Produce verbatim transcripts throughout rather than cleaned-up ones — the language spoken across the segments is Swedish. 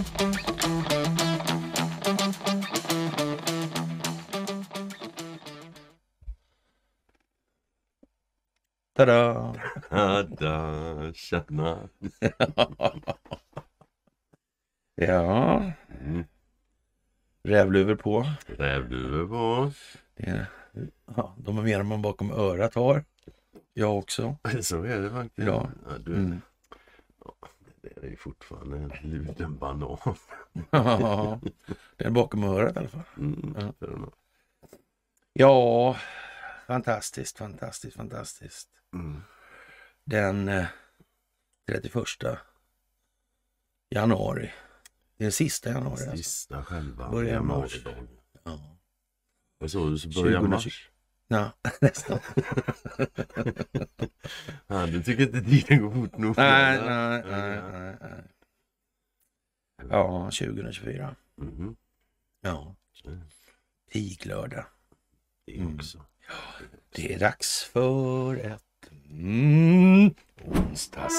Tada! Tada, tjena. Ja. Mm. Rävluver på. Rävluver på. Det är, ja, de är mer än man bakom örat har. Jag också. Så är det faktiskt. Ja. Ja, du, Mm. ja, det är ju fortfarande en liten banan. Ja, det är bakom örat i alla fall. Mm. Ja. Ja. Ja, fantastiskt, fantastiskt, fantastiskt. Mm. Den eh, trettioförsta januari. Det är den sista januari. Alltså. Sista själva. Börjar mars. januaridagen. Ja. Vad sa du, så börjar tjugo mars? Ja, nästan. Ja, du tycker inte tiden går fort nog? nej, nej, nej, nej, nej. Ja, tjugohundratjugofyra. Mm. Ja. Piglördag. Det Mm. också. Det är dags för ett mm, onsdags.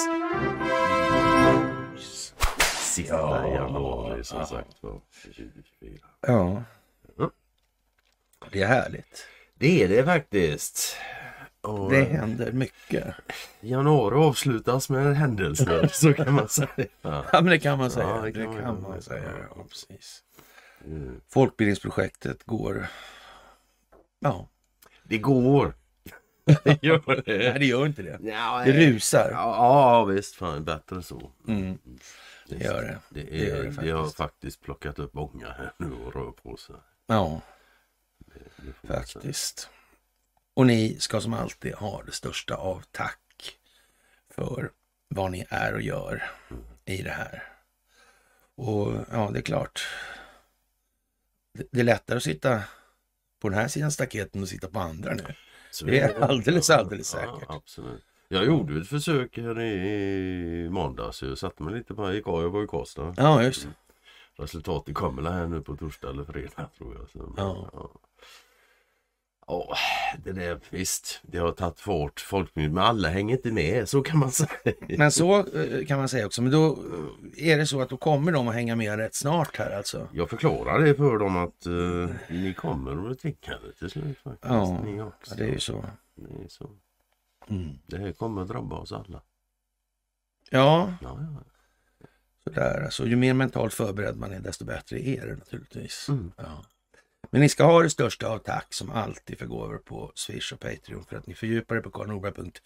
Sista januari som sagt var tjugohundratjugofyra. Ja. Mm. Det är härligt. Det är det faktiskt. Och Det händer mycket. januari avslutas med händelser, så kan man säga. Ja, men det kan man säga. Ja, det det kan, kan man, man säga. säga. Ja, precis. Mm. Folkbildningsprojektet går... Ja. Det går. Det gör det. Nej, det gör inte det. Ja, Det rusar. Ja, ja visst. Fan, bättre så. Mm. Det gör det. Det, är, Det gör det det har faktiskt. faktiskt plockat upp många här nu och rör på sig. Ja, Det, det får man säga. faktiskt. Och ni ska som alltid ha det största av tack för vad ni är och gör i det här. Och ja, det är klart. Det, det är lättare att sitta på den här sidan staketen och sitta på andra nu. Så Det är alldeles, alldeles Ja, säkert. absolut. Jag gjorde ett försök här i måndags. Jag satte mig lite på, gick av, jag var i Karlstad. Ja, just det. Resultatet kommer här nu på torsdag eller fredag, tror jag. Så, Ja. ja. Åh, det där, visst, det har tagit fart folkmyndighet, men alla hänger inte med, så kan man säga. Men så eh, kan man säga också. Men då eh, är det så att då kommer de att hänga med rätt snart här alltså. Jag förklarar det för dem att uh, ni kommer att bli tvingade till slut faktiskt. Ja, Ni också. Ja, det är ju så. Det är så. Mm. Det här kommer att drabba oss alla. Ja, Ja, ja. sådär. Alltså, ju mer mentalt förberedd man är, desto bättre är det naturligtvis. Mm. Ja. Men ni ska ha det största av tack som alltid för gåvor på Swish och Patreon, för att ni fördjupar er på karl norberg punkt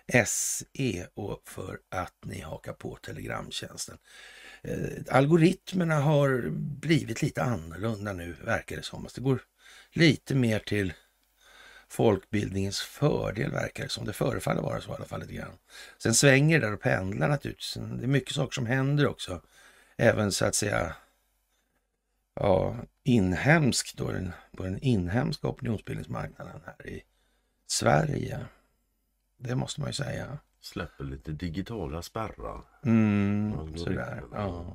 se och för att ni hakar på telegramtjänsten. Eh, algoritmerna har blivit lite annorlunda nu, verkar det som. Det går lite mer till folkbildningens fördel, verkar det som. Det förefaller vara så i alla fall lite grann. Sen svänger det där och pendlar naturligtvis. Det är mycket saker som händer också. Även så att säga ja, inhemskt då, den, på den inhemska opinionsbildningsmarknaden här i Sverige. Det måste man ju säga. Släpper lite digitala spärrar. Mm, Algoritmerna. sådär. Ja.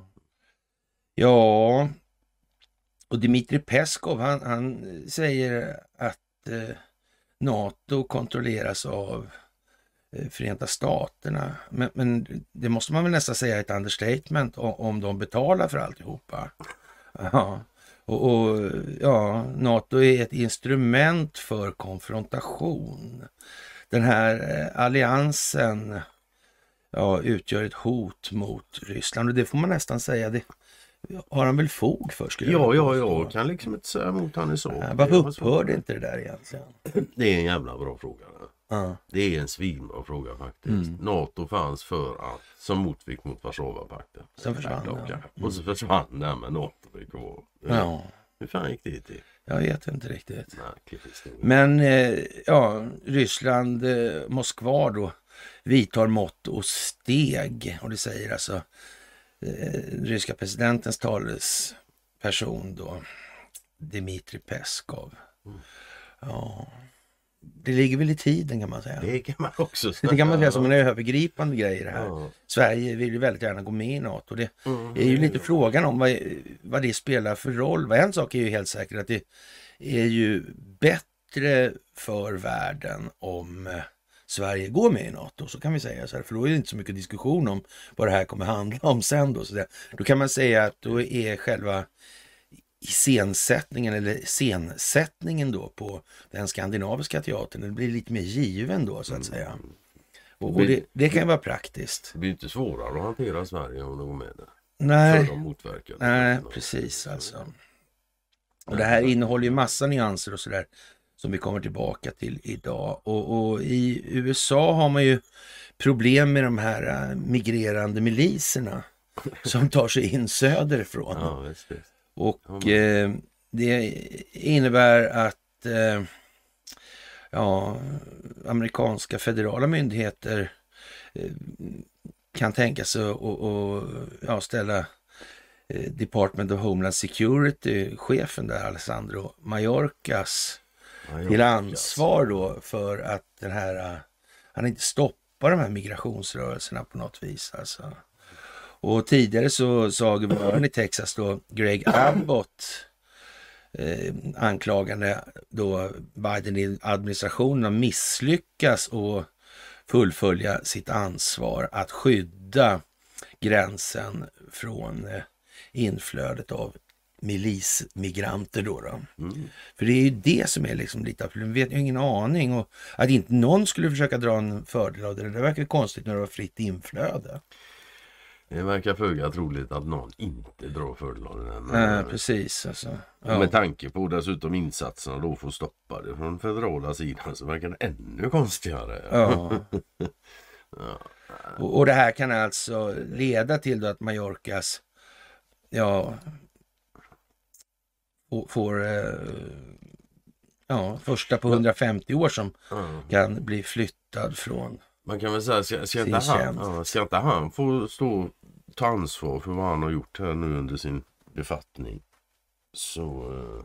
Ja, och Dmitrij Peskov, han, han säger att eh, NATO kontrolleras av eh, Förenta Staterna. Men, men det måste man väl nästan säga är ett understatement om, om de betalar för alltihopa. Ja. Och, och ja, NATO är ett instrument för konfrontation. Den här eh, alliansen ja, utgör ett hot mot Ryssland, och det får man nästan säga, det har han väl fog för, skulle Ja, jag ja, påstå. jag kan liksom inte säga emot han är så. Ja, varför upphörde inte det där egentligen? Det är en jävla bra fråga. Ja. Det är en svinbra fråga faktiskt. Mm. NATO fanns för att, som motvikt mot Warszawapakten. Sen försvann Ja, det. ja. Och så försvann det med NATO. Kvar. Ja, Hur fan gick det till? jag vet inte riktigt. Märklig historia. Men eh, ja, Ryssland, eh, Moskva då, vidtar mått och steg. Och det säger alltså eh, ryska presidentens talesperson då, Dmitrij Peskov. Mm. Ja, det ligger väl i tiden, kan man säga. Det kan man också säga. Det kan man säga som en övergripande grej det här. Ja. Sverige vill ju väldigt gärna gå med i NATO. Det Mm. är ju lite frågan om vad, vad det spelar för roll. En sak är ju helt säkert att det är ju bättre för världen om Sverige går med i NATO, så kan vi säga så här, för då är det inte så mycket diskussion om vad det här kommer handla om sen då. Så där. Då kan man säga att då är själva iscensättningen eller scensättningen då på den skandinaviska teatern, det blir lite mer given då så att säga. Och, och det, det kan ju vara praktiskt. Det blir inte svårare att hantera Sverige om de går med det. Nej, de nej precis alltså. Och det här innehåller ju massa nyanser och sådär som vi kommer tillbaka till idag. Och, och i U S A har man ju problem med de här migrerande miliserna som tar sig in söderifrån. Ja, visst, visst. Och eh, det innebär att eh, ja, amerikanska federala myndigheter eh, kan tänka sig att och, ja, ställa eh, Department of Homeland Security-chefen där, Alessandro Mayorkas, Mayorkas, till ansvar då för att den här, uh, han inte stoppar de här migrationsrörelserna på något vis alltså. Och tidigare så sa guvernören i Texas då, Greg Abbott, eh, anklagande då Biden-administrationen att misslyckas och fullfölja sitt ansvar att skydda gränsen från eh, inflödet av milismigranter då. då. Mm. För det är ju det som är liksom lite, för vi vet ju ingen aning, och att inte någon skulle försöka dra en fördel av det, det verkar konstigt när det var fritt inflöde. Det verkar föga troligt att någon inte drar fördel av det. Nej, precis. Alltså. Ja. Med tanke på dessutom insatserna då får stoppa det från federala sidan så verkar det ännu konstigare. Ja. Ja. Och, och det här kan alltså leda till då att Mayorkas ja, får eh, ja, första på hundrafemtio år som mm. kan bli flyttad från. Man kan väl säga, ska, ska, inte han, ja, ska inte han få stå ta ansvar för vad han har gjort här nu under sin befattning? Så uh,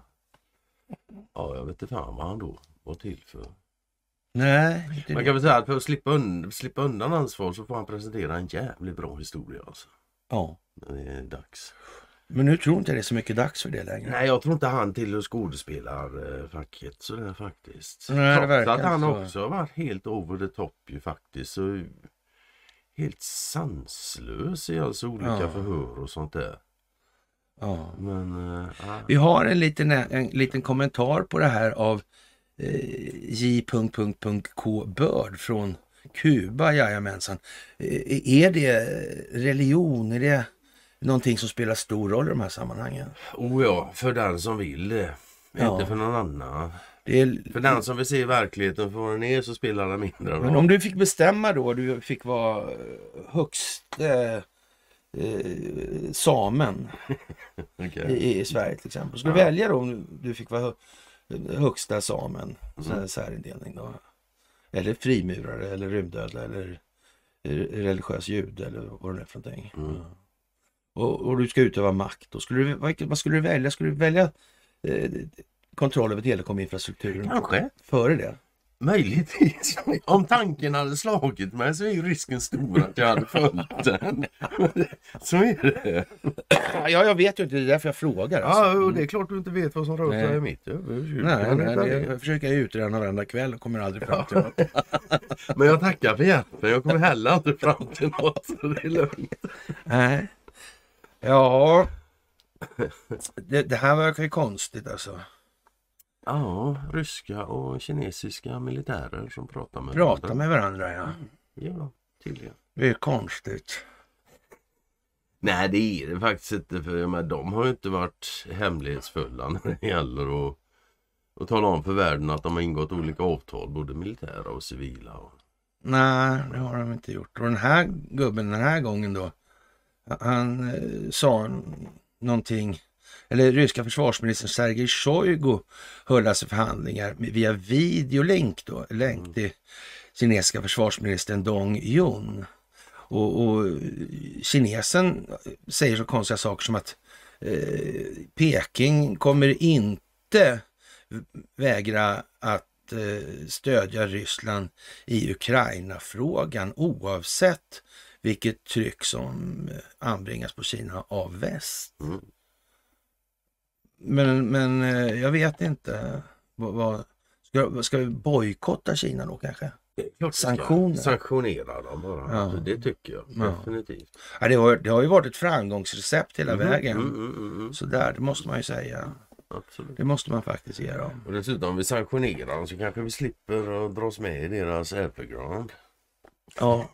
ja, jag vet inte fan vad han då var till för. Nej. Man kan väl säga att för att slippa, und- slippa undan ansvar så får han presentera en jävligt bra historia alltså. Ja. Det är dags. Men nu tror inte det är så mycket dags för det längre. Nej, jag tror inte han till skådespelarfacket så det är faktiskt. Nej, det verkar att han så. också har varit helt over the top ju faktiskt. Så helt sanslös i alltså olika ja. förhör och sånt där. Ja. Men, äh, vi har en liten, en liten kommentar på det här av eh, J K Börd från Kuba, jajamensan. Eh, är det religion? Är det någonting som spelar stor roll i de här sammanhangen? Oh ja, för den som vill det. Ja. Inte för någon annan. Det är... För den som vill se verkligheten för vad den är så spelar det mindre roll. Men om du fick bestämma då, du fick vara högst eh, eh, samen okay. i, i Sverige till exempel. Skulle ja. du välja då om du fick vara högsta samen, mm. särindelning då? Eller frimurare eller rymdödla eller religiös jude eller vad det är för någonting. Mm. Ja. Och, och du ska utöva makt. Då skulle du, vad, vad skulle du välja? Skulle du välja eh, kontroll över telekominfrastrukturen? Kanske. Före det? Möjligtvis. Om tanken hade slagit mig så är ju risken stor att jag hade följt den. Så är det. Ja, jag vet ju inte. Det är därför jag frågar. Alltså. Ja, och det är klart du inte vet vad som rör sig i mitt. Jag, nej, nej, nej, jag försöker utreda varenda kväll och kommer aldrig fram till något. Men jag tackar för hjälpen. Jag kommer heller aldrig fram till något. Så det är lugnt. Nej. Ja, det, det här verkar ju konstigt alltså. Ja, ryska och kinesiska militärer som pratar med pratar varandra. med varandra, ja. Ja, tydligen. Det är konstigt. Nej, det är det faktiskt inte. För men de har ju inte varit hemlighetsfulla när det gäller att, att tala om för världen att de har ingått olika avtal, både militära och civila. Och... Nej, det har de inte gjort. Och den här gubben den här gången då, han eh, sa någonting, eller ryska försvarsministern Sergej Shoigu höll alltså förhandlingar via videolänk då, länk till kinesiska försvarsministern Dong Yun. Och, och kinesen säger så konstiga saker som att eh, Peking kommer inte vägra att eh, stödja Ryssland i Ukraina-frågan oavsett vilket tryck som anbringas på Kina av väst. Mm. Men, men jag vet inte. Vad, vad, ska, ska vi bojkotta Kina då kanske? Sanktioner. Sanktionera dem bara. Ja. Det tycker jag Ja. definitivt. Ja, det, har, det har ju varit ett framgångsrecept hela Mm, vägen. mm, mm, mm, mm. Så där, det måste man ju säga. Absolut. Det måste man faktiskt ge dem. Och dessutom om vi sanktionerar dem så kanske vi slipper att dras med i deras Evergrande. Ja.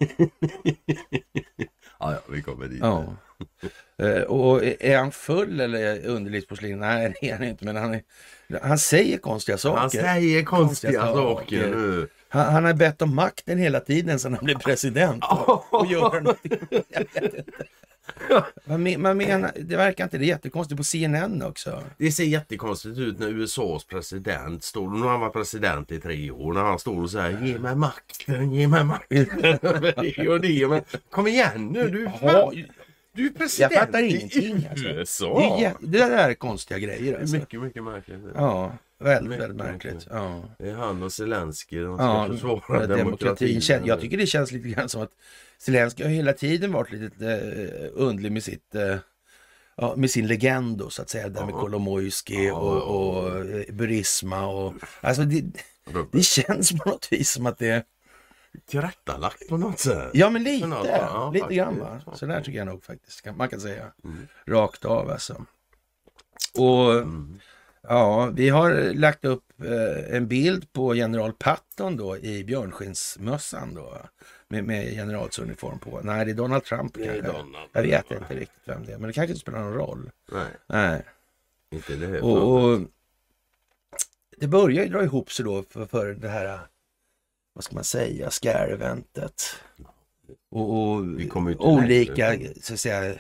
Ja, ja, vi kommer dit. Ja. Eh, och är han full eller underlivsporslin? Nej, det är han inte. Men han, är, han säger konstiga saker. Han säger konstiga, Konstiga saker saker. nu. Han, han har bett om makten hela tiden sedan han blev president. Och, och gör någonting. Jag vet inte. Man, men, man menar, det verkar inte det är jättekonstigt på C N N också. Det ser jättekonstigt ut när U S A:s president står, nu har han varit president i tre år, när han står och säger ge mig makten, ge mig makten. det och det, men kom igen nu, du, Ja, du är president jag fattar i ingenting. Alltså. U S A. Det, är, jä- det där är konstiga grejer. Alltså. Mycket, mycket märkligt. Ja, väldigt, Mycket väldigt märkligt. märkligt. Ja. Det är han och Zelensky, de ska Ja, försvara demokratin. demokratin. Kän- Jag tycker det känns lite grann som att Zelensky har hela tiden varit lite eh, underlig med sitt eh, ja, med sin legend då, så att säga, där med Ja. Kolomoisky Ja. och, och eh, Burisma och alltså det, det känns på något vis som att det är Tillrättalagt på något sätt. ja men lite, Men ja, ja, lite faktiskt. grann va? Så där tycker jag nog faktiskt, kan- man kan säga Mm. rakt av alltså. Och Mm. ja, vi har lagt upp eh, en bild på general Patton då i björnskinsmössan då med, med generalsuniform på. Nej, det är Donald Trump Det är kanske. Donald. Jag vet inte riktigt vem det är, men det kanske inte spelar någon roll. Nej, Nej. inte det här. Och, och det börjar ju dra ihop sig då för, för det här, vad ska man säga, scare-eventet. Och, och Vi kommer ju inte olika, längre. så att säga,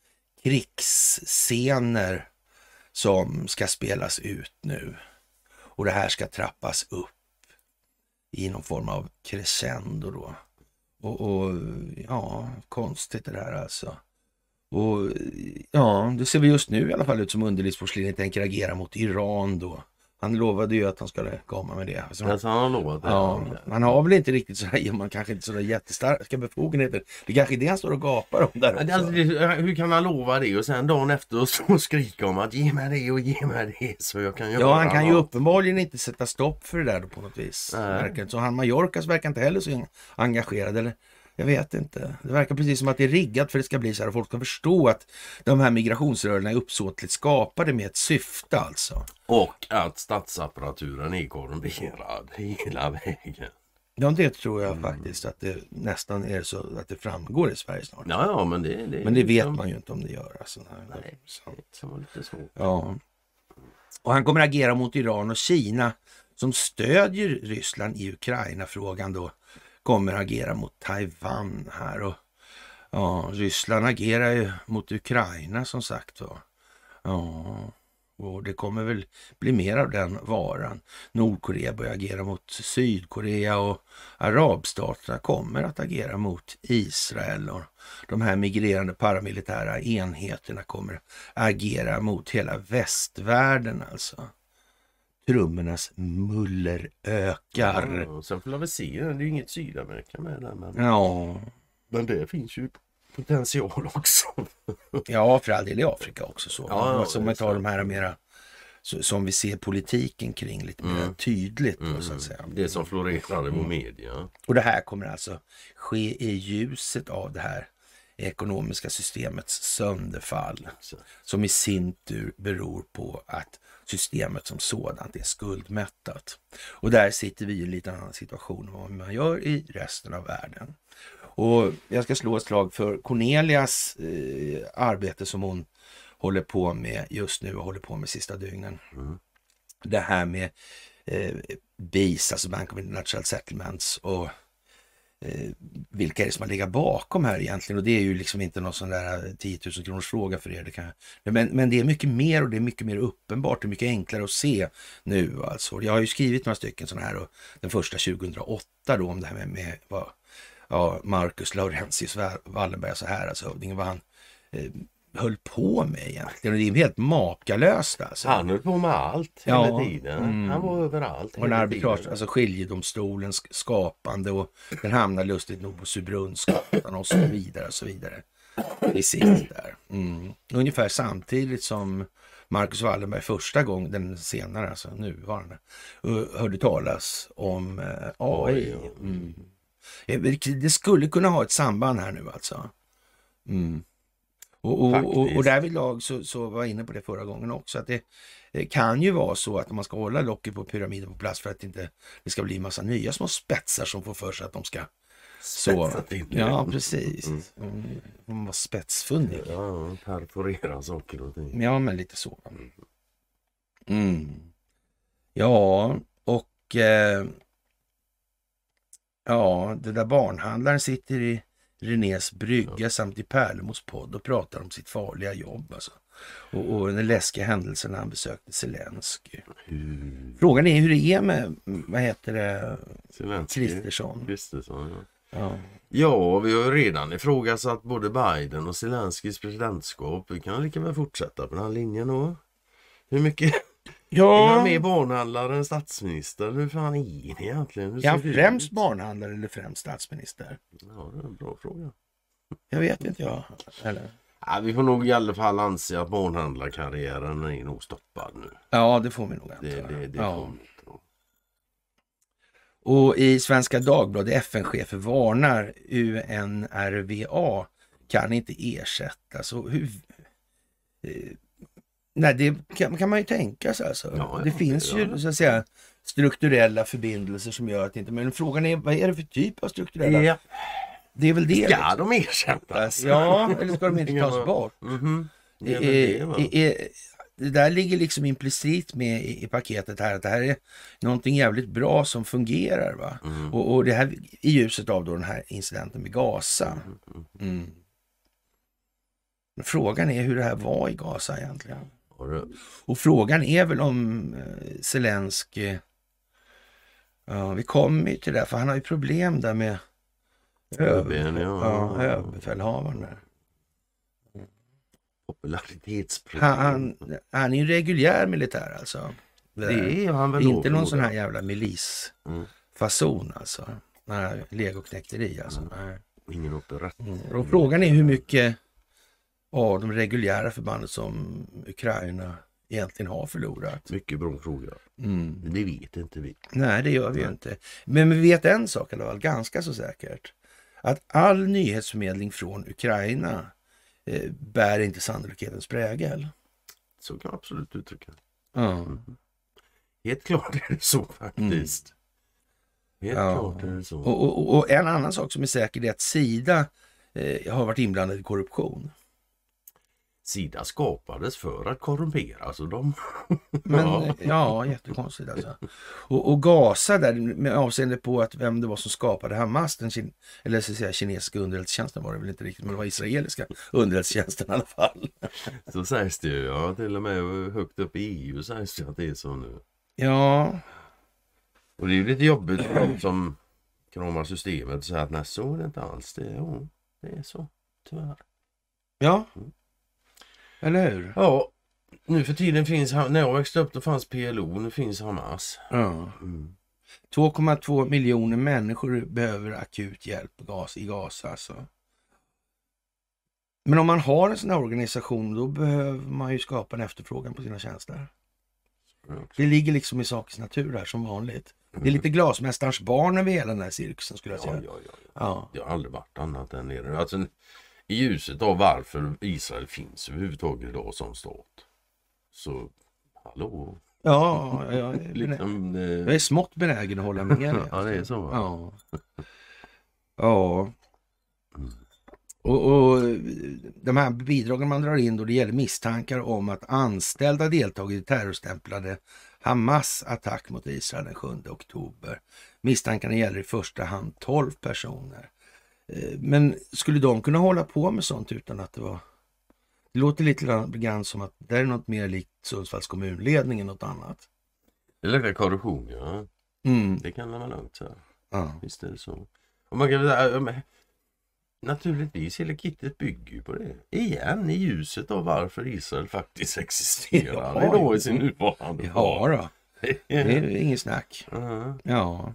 krigsscener som ska spelas ut nu. Och det här ska trappas upp i någon form av crescendo då. Och, och ja, konstigt det där alltså. Och ja, det ser vi just nu i alla fall ut som underlivsporslinet tänker agera mot Iran då. Han lovade ju att han skulle komma med det. Alltså, Alltså, han har lovat det. ja, man har väl inte riktigt sådär, man kanske inte sådär jättestarka befogenheter. Det kanske är det han står och gapar om där också. Alltså, det, hur kan han lova det och sen dagen efter stå och skrika om att ge mig det och ge mig det så jag kan göra Ja, han kan ju något. uppenbarligen inte sätta stopp för det där då på något vis. Nej. Verkar inte. Så han Mallorcas verkar inte heller så engagerad. Eller, jag vet inte. Det verkar precis som att det är riggat för att det ska bli så här. Och folk ska förstå att de här migrationsrörelserna är uppsåtligt skapade med ett syfte alltså. Och att statsapparaturen är korrumperad hela vägen. Ja, det tror jag Mm. faktiskt att det nästan är så att det framgår i Sverige snart. Ja, ja, men det, det Men det vet liksom- man ju inte om det gör. Alltså. Nej, Så. det kan vara lite svårt. Ja. Och han kommer agera mot Iran och Kina som stödjer Ryssland i Ukraina-frågan då kommer agera mot Taiwan här. Och ja, Ryssland agerar ju mot Ukraina som sagt då. Ja, och det kommer väl bli mer av den varan. Nordkorea börjar agera mot Sydkorea och arabstaterna kommer att agera mot Israel och de här migrerande paramilitära enheterna kommer agera mot hela västvärlden alltså. Trummornas muller ökar. Ja, och sen får vi se, det är ju inget Sydamerika med där, men, Ja, men det finns ju potential också. ja för all del i Afrika också så. Ja, ja, som det är man tar sant. de här mera så, som vi ser politiken kring lite mer Mm. tydligt Mm. då, så att säga. Det som florerar i vår media. Och det här kommer alltså ske i ljuset av det här ekonomiska systemets sönderfall Så. som i sin tur beror på att systemet som sådant är skuldmättat. Och där sitter vi i en lite annan situation än vad man gör i resten av världen. Och jag ska slå ett slag för Cornelias eh, arbete som hon håller på med just nu och håller på med sista dygnen. Mm. Det här med eh, B I S, alltså Bank of International Settlements och eh, vilka är det som har legat bakom här egentligen? Och det är ju liksom inte någon sån där tio tusen kronors fråga för er. Det kan, men, men det är mycket mer och det är mycket mer uppenbart. Det är mycket enklare att se nu alltså. Jag har ju skrivit några stycken sådana här och den första tjugohundraåtta då om det här med, med vad ja, Marcus Laurentius Wallenberg så här alltså, vad han eh, höll på med egentligen. Och det är helt makalöst alltså. Han höll på med allt Ja, hela tiden. mm. Han var överallt Och en hela arbitrage, tiden. alltså skiljedomstolens skapande och den hamnar lustigt nog på Subrunnsgatan och så vidare och så vidare. I sitt där. Mm. Ungefär samtidigt som Marcus Wallenberg första gången, den senare, alltså nuvarande, hörde talas om eh, A I. Mm. Det skulle kunna ha ett samband här nu alltså. Mm. Och, och, och, och därvidlag så, så var jag inne på det förra gången också, att det, det kan ju vara så att om man ska hålla locket på pyramiden på plats för att inte det ska bli en massa nya små spetsar som får för sig att de ska så. Ja, precis. Mm. Mm. Man var spetsfundig. Ja, perforera saker och ting. Ja, men lite så. Mm. Ja, och eh, ja, det där barnhandlaren sitter i Renés brygga ja. samt i Pärlemos podd och pratar om sitt farliga jobb alltså. och, och den läskiga händelsen när han besökte Zelensky. Hur... Frågan är hur det är med, vad heter det, Zelensky. Kristersson. Kristersson ja. Ja. Ja, vi har ju redan ifrågasatt både Biden och Zelenskys presidentskap. Vi kan lika väl fortsätta på den här linjen då. Hur mycket... Ja. Är han med barnhandlare än statsminister? Hur fan är ni egentligen? Hur är han främst barnhandlare eller främst statsminister? Ja, det är en bra fråga. Jag vet inte jag. Eller? Ja, vi får nog i alla fall anse att barnhandlarkarriären är nog stoppad nu. Ja, det får vi nog anta. Det, det, det ja. Och i Svenska Dagbladet, F N-chefer varnar U N R W A kan inte ersättas. Och hur... Nej, det kan, kan man ju tänka sig alltså. Ja, det ja, finns det, ju ja. så att säga förbindelser förbindelser som gör att inte... Men frågan är, vad är det för typ av strukturella? Ja. Det är väl det. Ska liksom. de ersättas? Ja, eller ska de inte tas bort? Mm-hmm. Det, är det, det, är, det där ligger liksom implicit med i, i paketet här, att det här är någonting jävligt bra som fungerar va? Mm. Och, och det här i ljuset av då den här incidenten med Gaza. Mm. Men frågan är hur det här var i Gaza egentligen. Och frågan är väl om eh, Zelensky, ja, vi kommer ju till det, för han har ju problem där med över, ja, överbefälhavaren där. Popularitetsproblem. Han, han, han är ju reguljär militär alltså. Det är han väl. Inte någon sån här jävla milisfason mm. alltså. Nej, legoknäkteri alltså. Mm. Ingen upprätt. Mm. Och frågan är hur mycket av de reguljära förbanden som Ukraina egentligen har förlorat. Mycket bra fråga. Mm. Det vet inte vi. Nej, det gör vi ju inte. Men vi vet en sak i alla fall, ganska så säkert. Att all nyhetsförmedling från Ukraina eh, bär inte sannolikhetens prägel. Så kan jag absolut uttrycka. Ja. Mm. Helt klart är det så faktiskt. Mm. Helt ja. klart är det så. Och, och, och en annan sak som är säker är att Sida eh, har varit inblandad i korruption. Sida skapades för att korrumpera, alltså de... Men, ja. ja, jättekonstigt alltså. Och, och Gaza där, med avseende på att vem det var som skapade Hamas, den kin- eller så att säga kinesiska underrättelsetjänsten var det väl inte riktigt, men det var israeliska underrättelsetjänsten i alla fall. Så sägs det ju, ja, till och med högt upp i E U sägs det att det är så nu. Ja. Och det är ju lite jobbigt för dem som kramar systemet och säger att nej, så är det inte alls, det är, ja, det är så, tyvärr. Ja. Mm. Eller hur? Ja, nu för tiden finns, när jag växte upp då fanns P L O, nu finns Hamas. Ja. Mm. två komma två miljoner människor behöver akut hjälp i Gaza alltså. Men om man har en sån här organisation då behöver man ju skapa en efterfrågan på sina tjänster. Mm. Det ligger liksom i sakens natur här som vanligt. Mm. Det är lite glasmästarens barn över hela den här cirkusen skulle jag säga. Ja, ja, ja, ja. Ja. Det har aldrig varit annat än det. Alltså, i ljuset av varför Israel finns överhuvudtaget idag som stat. Så, hallå? Ja, ja liksom, det... jag är smått benägen att hålla med. Ja, det är så. Ja. Ja. Och, och de här bidragen man drar in då, det gäller misstankar om att anställda deltagit i terrorstämplade Hamas attack mot Israel den sjunde oktober. Misstankarna gäller i första hand tolv personer. Men skulle de kunna hålla på med sånt utan att det var... Det låter lite grann som att det är något mer likt Sundsvalls kommunledning än något annat. Det luktar korruption, ja. Mm. Det kan man lugnt säga. Ja. Visst är det så. Och man kan säga, naturligtvis hela kittet bygger ju på det. Igen i ljuset av varför Israel faktiskt existerar ja, idag i sin nuvarande form. Ja då. Det är ingen snack. Uh-huh. Ja.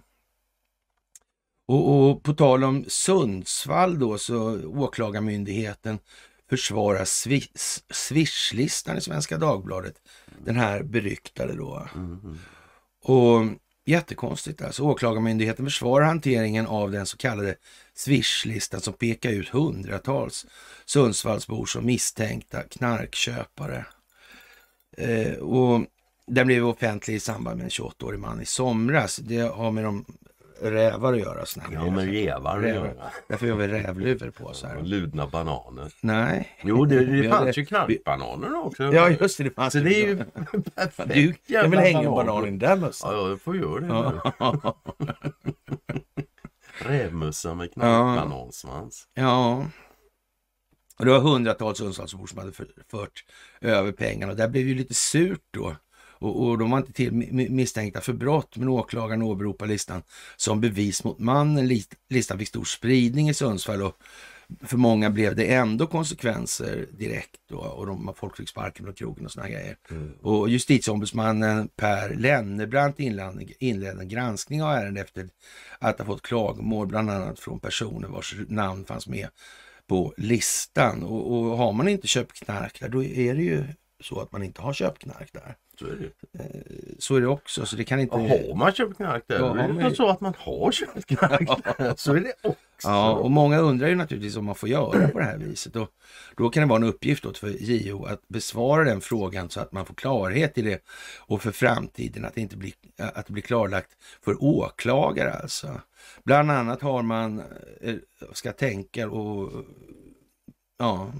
Och, och på tal om Sundsvall då så åklagarmyndigheten försvara swish, swishlistan i Svenska Dagbladet. Den här beryktade då. Mm. Och jättekonstigt alltså. Åklagarmyndigheten försvarar hanteringen av den så kallade swishlistan som pekar ut hundratals Sundsvallsbor som misstänkta knarkköpare. Eh, och den blev offentlig i samband med en tjugoåttaårig man i somras. Det har med de rävar att göra. Ja, med rävar att göra. Därför gör vi rävluver på så här. Och ludna bananer. Nej. Jo, det, det fanns ju knarkbananer också. Ja, just det. Det fanns så det är ju perfekt. Du kan väl hänga en banan i den där mössan? Ja, jag får göra det nu. Rävmössa med knarkbanansvans. Ja. Och det var hundratals Sundsvallsbor som hade fört över pengarna. Och där blev ju lite surt då. Och, och de var inte till misstänkta för brott, men åklagaren åberopar listan som bevis mot mannen. Listan fick stor spridning i Sundsvall och för många blev det ändå konsekvenser direkt då, och de, folk fick sparken på krogen och såna grejer. Mm. Och justitieombudsmannen Per Lennebrant inledde en granskning av ärendet efter att ha fått klagomål bland annat från personer vars namn fanns med på listan. Och, och har man inte köpt knark där, då är det ju så att man inte har köpt knark där. Så är det. Så är det också. Så det kan inte... Och har man köpt knark där, ja, då är det man... så att man har köpt knark där. Så är det också. Ja, och många undrar ju naturligtvis om man får göra på det här viset. Och då kan det vara en uppgift åt för J O att besvara den frågan så att man får klarhet i det. Och för framtiden att det inte blir, att det blir klarlagt för åklagare alltså. Bland annat har man, ska tänka och ja...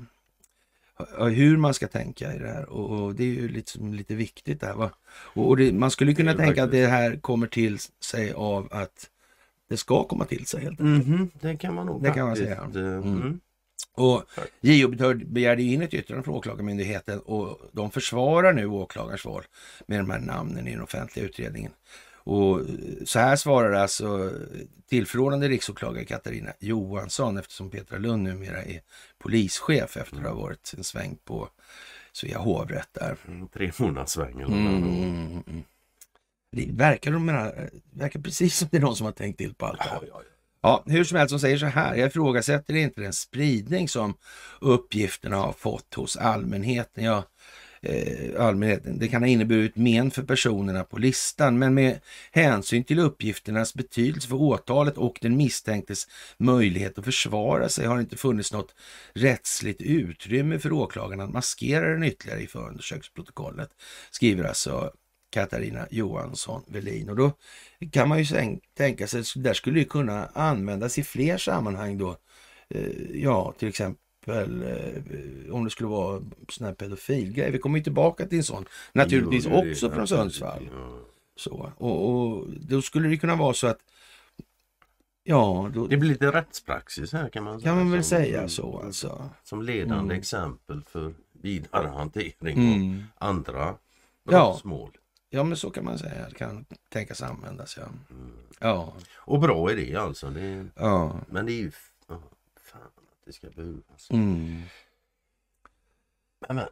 hur man ska tänka i det här, och, och det är ju lite, lite viktigt där, va? Och, och det, man skulle kunna tänka faktiskt att det här kommer till sig av att det ska komma till sig helt enkelt. Mm-hmm. Det kan man nog det kan man säga. Mm. Mm. Och J O begärde in ett yttrande från åklagarmyndigheten och de försvarar nu åklagarens val med de här namnen i den offentliga utredningen. Och så här svarar alltså tillförordnande riksåklagare Katarina Johansson, eftersom Petra Lund numera är polischef efter att ha varit en sväng på Svea hovrätt där. Mm, tre månaders sväng eller mm, mm, mm. Det verkar, de menar, verkar precis som det är någon som har tänkt till på allt det här. Ja, ja, ja. Ja, hur som helst, som säger så här: jag ifrågasätter inte den spridning som uppgifterna har fått hos allmänheten. Jag Eh, allmänheten. Det kan ha inneburit men för personerna på listan, men med hänsyn till uppgifternas betydelse för åtalet och den misstänktes möjlighet att försvara sig har det inte funnits något rättsligt utrymme för åklagaren att maskera den ytterligare i förundersökningsprotokollet, skriver alltså Katarina Johansson Velin. Och då kan man ju tänka sig att där skulle det kunna användas i fler sammanhang då, eh, ja till exempel om det skulle vara sån här pedofilgrej. Vi kommer ju tillbaka till en sån. Naturligtvis jo, också från Sundsvall. Ja. Så. Och, och då skulle det kunna vara så att ja, då, det blir lite rättspraxis här kan man säga. Kan man väl som, säga så alltså. Som ledande mm. exempel för vidare hantering mm. av andra brottsmål. Ja. ja, men så kan man säga. Det kan tänkas användas, ja. Mm. Ja. Och bra är det alltså. Det är, ja. Men det är ju fan det ska behövas. Mm. Men.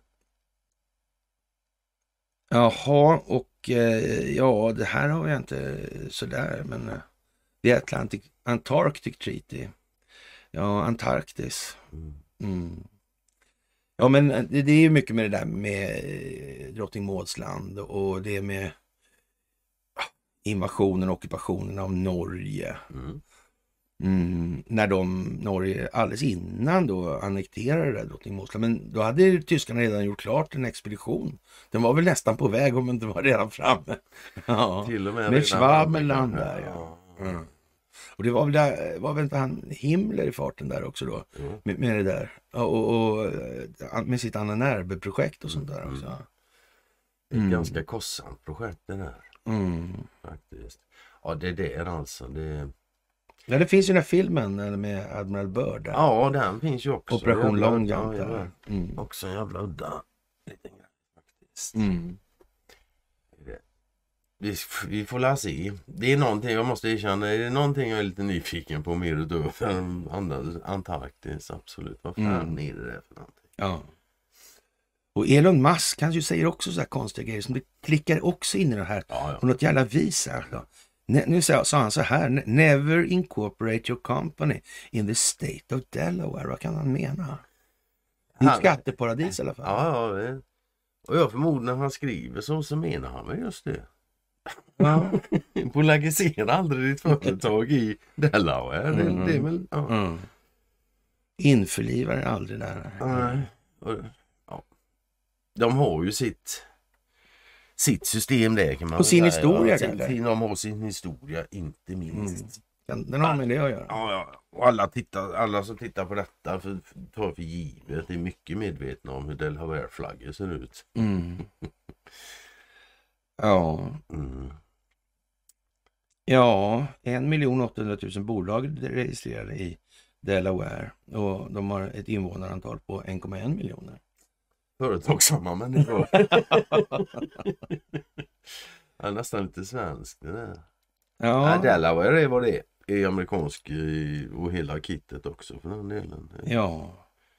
Jaha, och eh, ja, det här har jag inte sådär, men eh, det är Atlantic Antarctic Treaty. Ja, Antarktis. Mm. Mm. Ja, men det, det är ju mycket med det där med eh, Drottning Mauds land och det med ah, invasionen och ockupationen av Norge. Mm. Mm, när de, Norge, alldeles innan då annekterade det Drottning Mauds land. Men då hade tyskarna redan gjort klart en expedition. Den var väl nästan på väg om den inte var redan framme. Ja. Till och med med Schwabenland där, ja. Mm. Och det var väl, där, var väl inte han Himmler i farten där också då, mm. med, med det där. Och, och med sitt Anna Närbe-projekt och sånt där också. Mm. Ett mm. ganska kostsamt projekt det där. Mm. Faktiskt. Ja, det är det alltså. Det... Ja, det finns ju den här filmen med Admiral Byrd där. Ja, den finns ju också. Operation Longjant ja, där. Mm. Också en jävla udda liten grej faktiskt. Mm. Vi, vi får la se. Det är någonting, jag måste erkänna, är det någonting jag är lite nyfiken på mer utöver Antarktis, absolut. Vad fan mm. är det där för någonting? Ja. Och Elon Musk, han ju säger också så här konstiga grejer som det klickar också in i det här. Ja, ja. På något jävla vis här. Ne- nu sa, sa han så här: never incorporate your company in the state of Delaware. Vad kan han mena? Det är ett skatteparadis i alla fall. Ja, ja. Det. Och jag förmodar när han skriver så, så menar han väl just det. Ja. Bolagisera aldrig ditt företag i Delaware. Mm. Det, det är väl, ja. Mm. Införlivar aldrig där. Nej. Ja. De har ju sitt sitt system där kan man och sin säga. historia ja, kanske. De har sin historia inte minst. Mm. Den har med det att göra. Ja, ja. Och alla, tittar, alla som tittar på detta för, tar för givet är mycket medvetna om hur Delaware-flaggor ser ut. Mm. Ja. Mm. Ja, en miljon åttahundratusen bolag registrerade i Delaware och de har ett invånarantal på en komma en miljoner. Företagsamma människor. Ja, nästan lite svenskt det där. Ja. Ja, Delaware är vad det är. Är amerikansk och hela kittet också för den delen. Ja.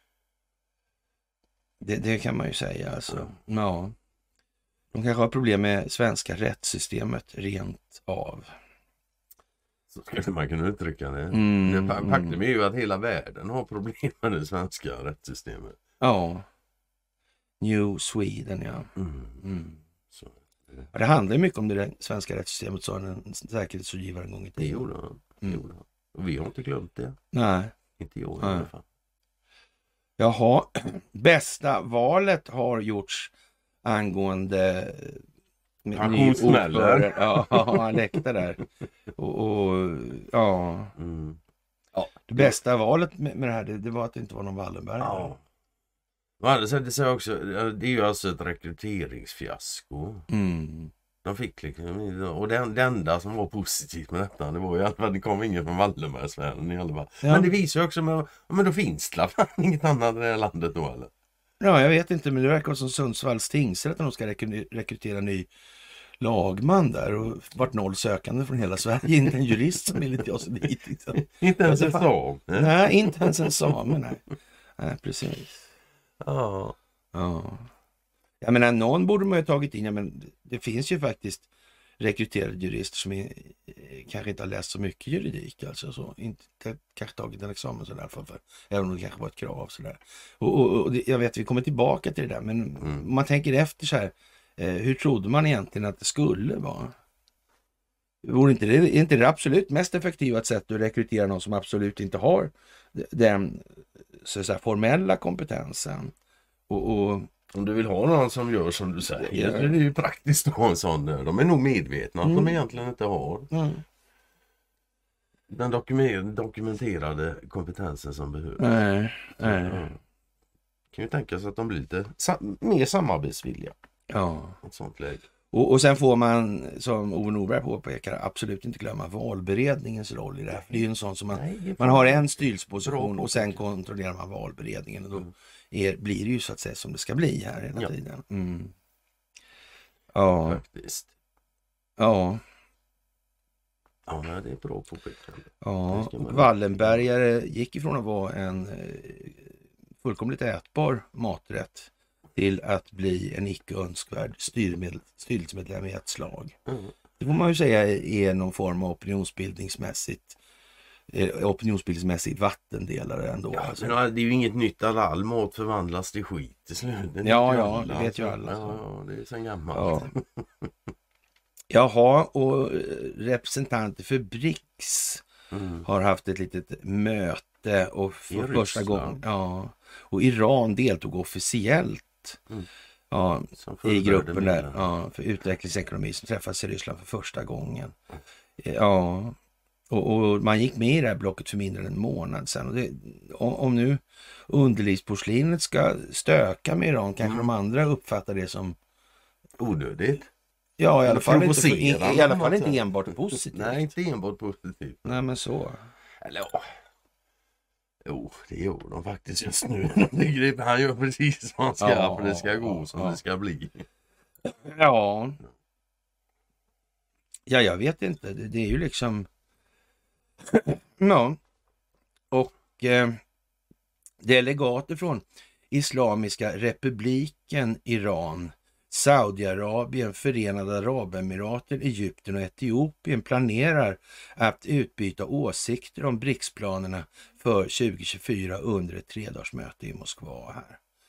Det, det kan man ju säga alltså. Ja. De kanske har problem med svenska rättssystemet rent av. Så skulle man kunna uttrycka det. Mm, det faktum är ju att hela världen har problem med det svenska rättssystemet. Ja. New Sweden, ja. Mm. Mm. Så, det... Ja, det handlar ju mycket om det svenska rättssystemet, sa en säkerhetsrådgivare en gång i tiden. Det gjorde han. Mm. Det gjorde han. Och vi har inte glömt det. Nej. Inte jag i Nej. alla fall. Jaha, bästa valet har gjorts angående pensionssmäller. Ja, han läckte där. Och, och ja. Mm. ja. Det bästa valet med, med det här, det, det var att det inte var någon Wallenberg. Ja. Ja, det, det, så också, det är ju alltså ett rekryteringsfiasko. Mm. De fick liksom, och det, det enda som var positivt med detta, det var ju att det kom ingen från Wallenbergsvärlden i alla fall. Ja. Men det visar ju också, men, men då finns det inget annat i det här landet då eller? Ja, jag vet inte, men det verkar som Sundsvalls tingsrätt att de ska rekry- rekrytera ny lagman där och vart noll sökande från hela Sverige, inte en jurist som enligt jag så dit. Liksom. Inte ens en sam. Nej, inte ens en same, nej. Nej, precis. Ja. Ja. Jag menar, någon borde man ju ha tagit in, ja, men det finns ju faktiskt rekryterade jurister som är, kanske inte har läst så mycket juridik, alltså så inte kanske tagit en examen sådär för, för även om det kanske var ett krav sådär. Och, och, och det, jag vet, vi kommer tillbaka till det där, men mm. man tänker efter så här, eh, hur trodde man egentligen att det skulle vara? Vore inte det, är inte det absolut mest effektiva sätt att rekrytera någon som absolut inte har den så att säga, formella kompetensen och, och om du vill ha någon som gör som du säger, ja. Det är ju praktiskt att ha en sån där. De är nog medvetna att mm. de egentligen inte har mm. den dokumen- dokumenterade kompetensen som behövs. Nej, nej. Ja. Kan ju tänka sig att de blir lite sa- mer samarbetsvilliga. Ja. Ett sånt läge. Och, och sen får man, som Ove Norberg påpekar, absolut inte glömma valberedningens roll i det här. För det är ju en sån som man, Nej, man har en styrelseposition och sen kontrollerar man valberedningen. Och då mm. är, blir det ju så att säga som det ska bli här hela ja. tiden. Mm. Ja. Faktiskt. Ja. Ja, det är bra påpekande. Ja, Wallenbergare gick ifrån att vara en fullkomligt ätbar maträtt till att bli en icke önskvärd styrelsemedlem i ett slag. Mm. Det får man ju säga är någon form av opinionsbildningsmässigt opinionsbildningsmässigt vattendelare ändå. Ja, alltså. Men det är ju inget nytt att all mat förvandlas till skit till slut. Det ja, ja, det vet ju alla. Ja, det är så gammalt. Ja. Jaha, och representanter för B R I C S mm. har haft ett litet möte och för första gången, ja, och Iran deltog officiellt mm. ja, i gruppen där ja, för utvecklingsekonomi som träffades i Ryssland för första gången. Ja, och, och man gick med i det här blocket för mindre än en månad sedan. Och det, om, om nu underlivsporslinet ska stöka med Iran, kanske mm. de andra uppfattar det som onödigt. Ja, i alla fall inte, i, i alla fall inte enbart positivt. Nej, inte enbart positivt. Nej, men så. Eller ja. Jo, det gör de faktiskt just nu. Han gör precis vad han ska ja, för det ska gå som ja. det ska bli. Ja. Ja, jag vet inte. Det, det är ju liksom... ja. Och eh, delegater från Islamiska republiken Iran, Saudiarabien, Förenade Arabemiraten, Egypten och Etiopien planerar att utbyta åsikter om B R I C S-planerna för tjugo tjugofyra under ett tredagsmöte i Moskva här.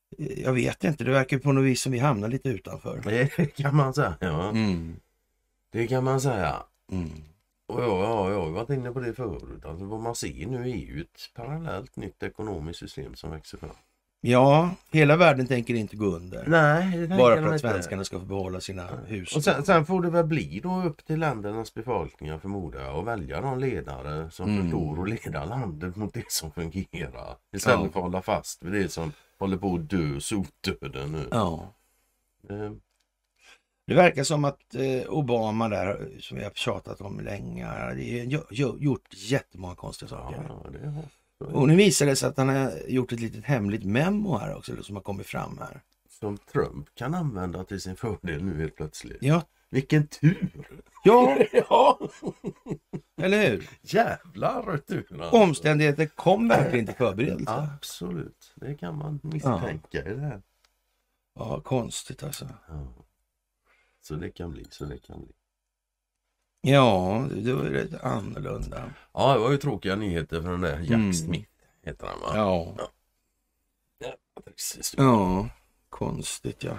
Jag vet inte, det verkar på något vis som vi hamnar lite utanför. Det kan man säga, ja. Mm. Det kan man säga. Mm. Och ja, ja, jag har varit inne på det förut. Alltså vad man ser nu är ju ett parallellt nytt ekonomiskt system som växer fram. Ja, hela världen tänker inte gå under. Nej, det bara för att inte. svenskarna ska få behålla sina hus. Och sen, sen får det väl bli då upp till ländernas befolkningar förmodar jag och välja de ledare som Mm. förstår och leda landet mot det som fungerar. Istället Ja. för att hålla fast vid det som håller på att dö sotdöden nu. Ja. Eh, Det verkar som att eh, Obama där, som vi har tjatat om länge, har gjort jättemånga konstiga saker. ja, det har. Och nu visar det sig att han har gjort ett litet hemligt memo här också, som har kommit fram här. Som Trump kan använda till sin fördel nu helt plötsligt. Ja, Vilken tur! ja, Ja, eller hur? jävlar tur! Alltså. Omständigheter kom verkligen till förberedelse. Absolut, det kan man misstänka i det här. Ja, konstigt alltså. Ja. Så det kan bli, så det kan bli. Ja, det var rätt annorlunda. Ja, det var ju tråkiga nyheter för den där Jack Mm. Smith, heter han va? Ja, Ja, precis. ja, konstigt ja.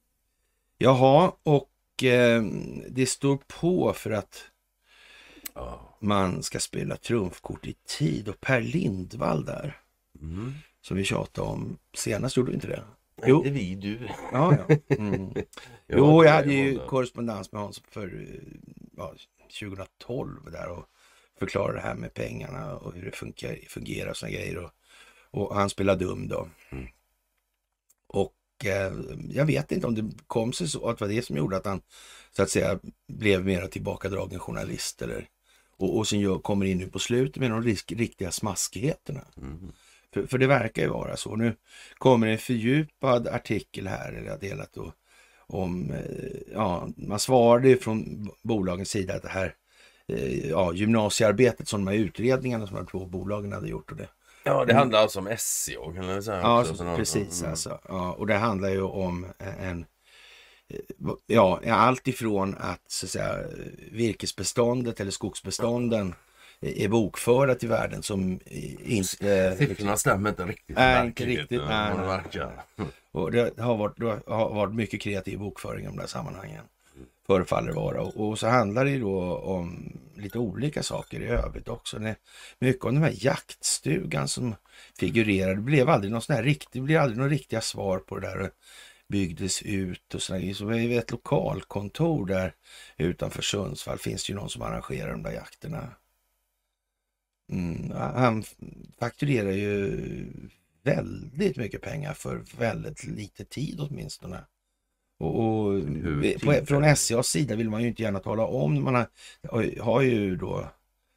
Jaha, och eh, det står på för att Ja. man ska spela trumfkort i tid. Och Per Lindvall där, Mm. som vi tjatade om senast, gjorde vi inte det? Nej, Jo. inte vi, du. Ja, ja. Mm. Ja, Jo, det jag är hade ju måndag. korrespondens med Hans för ja, tjugohundratolv där och förklarade det här med pengarna och hur det funkar, fungerar och såna grejer. Och, och han spelade dum då. Mm. Och eh, jag vet inte om det kom sig så att det var det som gjorde att han så att säga blev mer tillbakadragen journalist eller och, och sen gör, kommer in nu på slutet med de risk, riktiga smaskigheterna. Mm. För, för det verkar ju vara så. Nu kommer en fördjupad artikel här, eller jag delat då, om, eh, ja, man svarade ju från bolagens sida att det här eh, ja, gymnasiearbetet som de här utredningarna som de två bolagen hade gjort och det. Ja, det handlar alltså om S E O kan jag säga. Ja, också, så, någon- precis mm. alltså. Ja, och det handlar ju om en, ja, allt ifrån att så att säga virkesbeståndet eller skogsbestånden är bokförda till värden som inte... Siffrorna stämmer inte riktigt. med Nej, inte verkligheten, riktigt, nej, vad det nej. verkar. Och det har varit, det har varit mycket kreativ bokföring i de där sammanhangen. Förefaller vara. Och, och så handlar det ju då om lite olika saker i övrigt också. Det, mycket om den här jaktstugan som figurerar. Det blev aldrig någon sån här riktigt, det blev aldrig några riktiga svar på det där. Det byggdes ut och sådär. Så vi är ett lokalkontor där utanför Sundsvall finns det ju någon som arrangerar de där jakterna. Mm, han fakturerar ju väldigt mycket pengar för väldigt lite tid åtminstone. Och, och Hur på, från S C A:s sida vill man ju inte gärna tala om. Man har, har ju då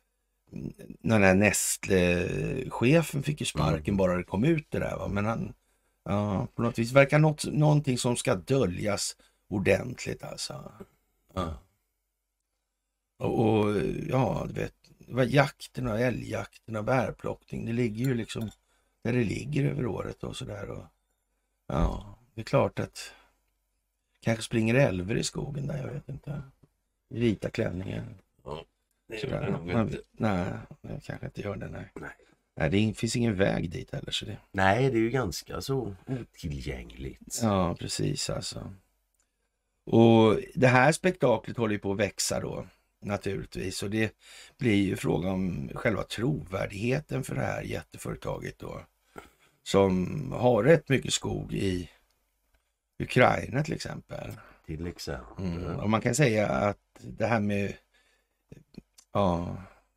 den här Nestle-chefen fick ju sparken Mm. bara det kom ut det där. Va? Men han, ja, på något vis verkar något, någonting som ska döljas ordentligt alltså. Ja. Och, och ja, du vet, vad jakterna, älgjakterna, bärplockning, det ligger ju liksom där det ligger över året och sådär. Och, ja, det är klart att kanske springer älver i skogen där, jag vet inte. I vita klänningar. Ja, det gör Sådär. det nog Man, inte. nej, jag kanske inte gör det, nej. Nej. Nej, det finns ingen väg dit heller. Så det, Nej, det är ju ganska så otillgängligt. ja, precis alltså. Och det här spektaklet håller ju på att växa då, naturligtvis. Och det blir ju fråga om själva trovärdigheten för det här jätteföretaget då. Som har rätt mycket skog i Ukraina till exempel. Till exempel. Mm. Och man kan säga att det här med ja,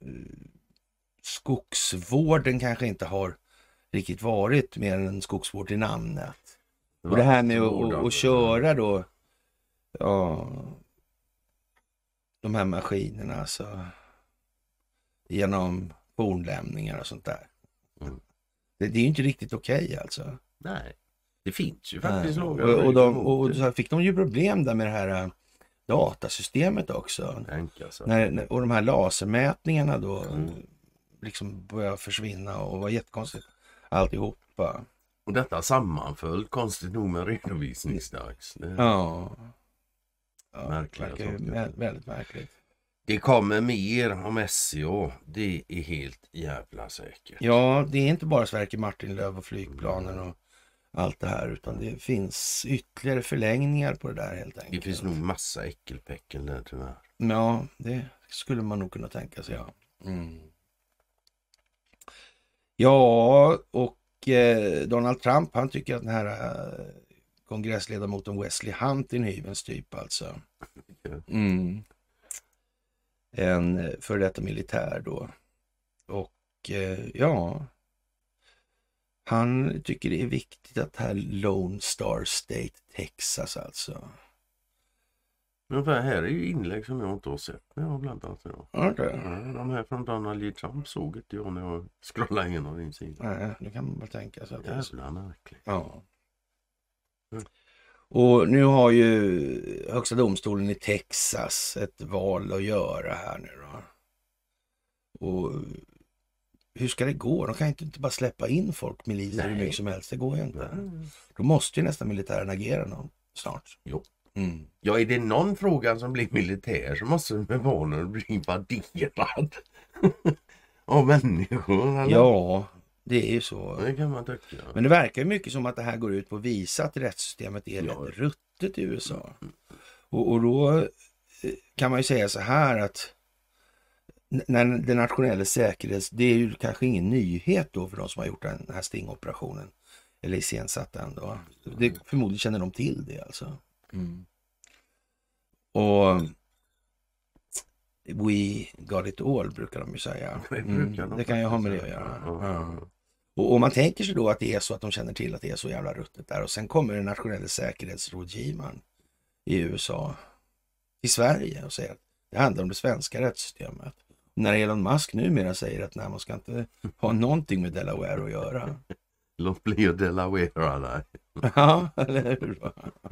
skogsvården kanske inte har riktigt varit mer än en skogsvård i namnet. Och det här med att, att, att köra då ja, de här maskinerna alltså, genom fornlämningar och sånt där. Mm. Det, det är ju inte riktigt okej okay, alltså. Nej, det finns ju faktiskt Nej. några. Och, och, de, och så fick de ju problem där med det här datasystemet också. Tänka, så. När, och de här lasermätningarna då Mm. liksom började försvinna och var jättekonstigt alltihopa. Och detta sammanföll konstigt nog med redovisningsdags. Det, Ja. Ja, Märkliga verkar ju saker. vä- väldigt märkligt. det kommer mer om S C O. Det är helt jävla säkert. Ja, det är inte bara Sverker Martinlöv och flygplanen och allt det här, utan det finns ytterligare förlängningar på det där helt enkelt. Det finns nog massa äckelpäckel där tyvärr. Ja, det skulle man nog kunna tänka sig, ja. Mm. Ja, och eh, Donald Trump, han tycker att den här eh, kongressledamoten Wesley Hunt är en hyvens typ alltså. Mm. En eh, för detta militär då. Och eh, ja, han tycker det är viktigt att här Lone Star State, Texas alltså. Men det här är ju inlägg som jag inte har sett när jag har blandat idag. Okay. Ja, de här från Donald J. Trump såg inte jag när jag scrollade igenom din sida. Nej, det kan man bara tänka sig. Jävla märkligt. Ja. Mm. Och nu har ju högsta domstolen i Texas ett val att göra här nu då. Och hur ska det gå? De kan ju inte bara släppa in folk, miliser, hur mycket som helst. Det går ju inte. Mm. Då måste ju nästan militären agera någon, snart. Jo. Mm. Ja, är det någon fråga som blir militär så måste det vara när det blir invaderad av människor. Eller? Ja, det är ju så. Det kan man tycka. Men det verkar ju mycket som att det här går ut på att visa att rättssystemet är ja. rätt ruttet i U S A. Och, och då kan man ju säga så här att när den nationella säkerhets, det är ju kanske ingen nyhet då för de som har gjort den här stingoperationen eller iscensatt den då. Det, förmodligen känner de till det alltså. Mm. Och we got it all brukar de ju säga. Mm. Det kan ju ha med det att göra. Ja. Och om man tänker sig då att det är så att de känner till att det är så jävla ruttet där och sen kommer den nationella säkerhetsrådgivaren i U S A i Sverige och säger att det handlar om det svenska rättssystemet. När Elon Musk numera säger att nej, man ska inte ha någonting med Delaware att göra. Låt bli att Delaware där. Ja, eller hur?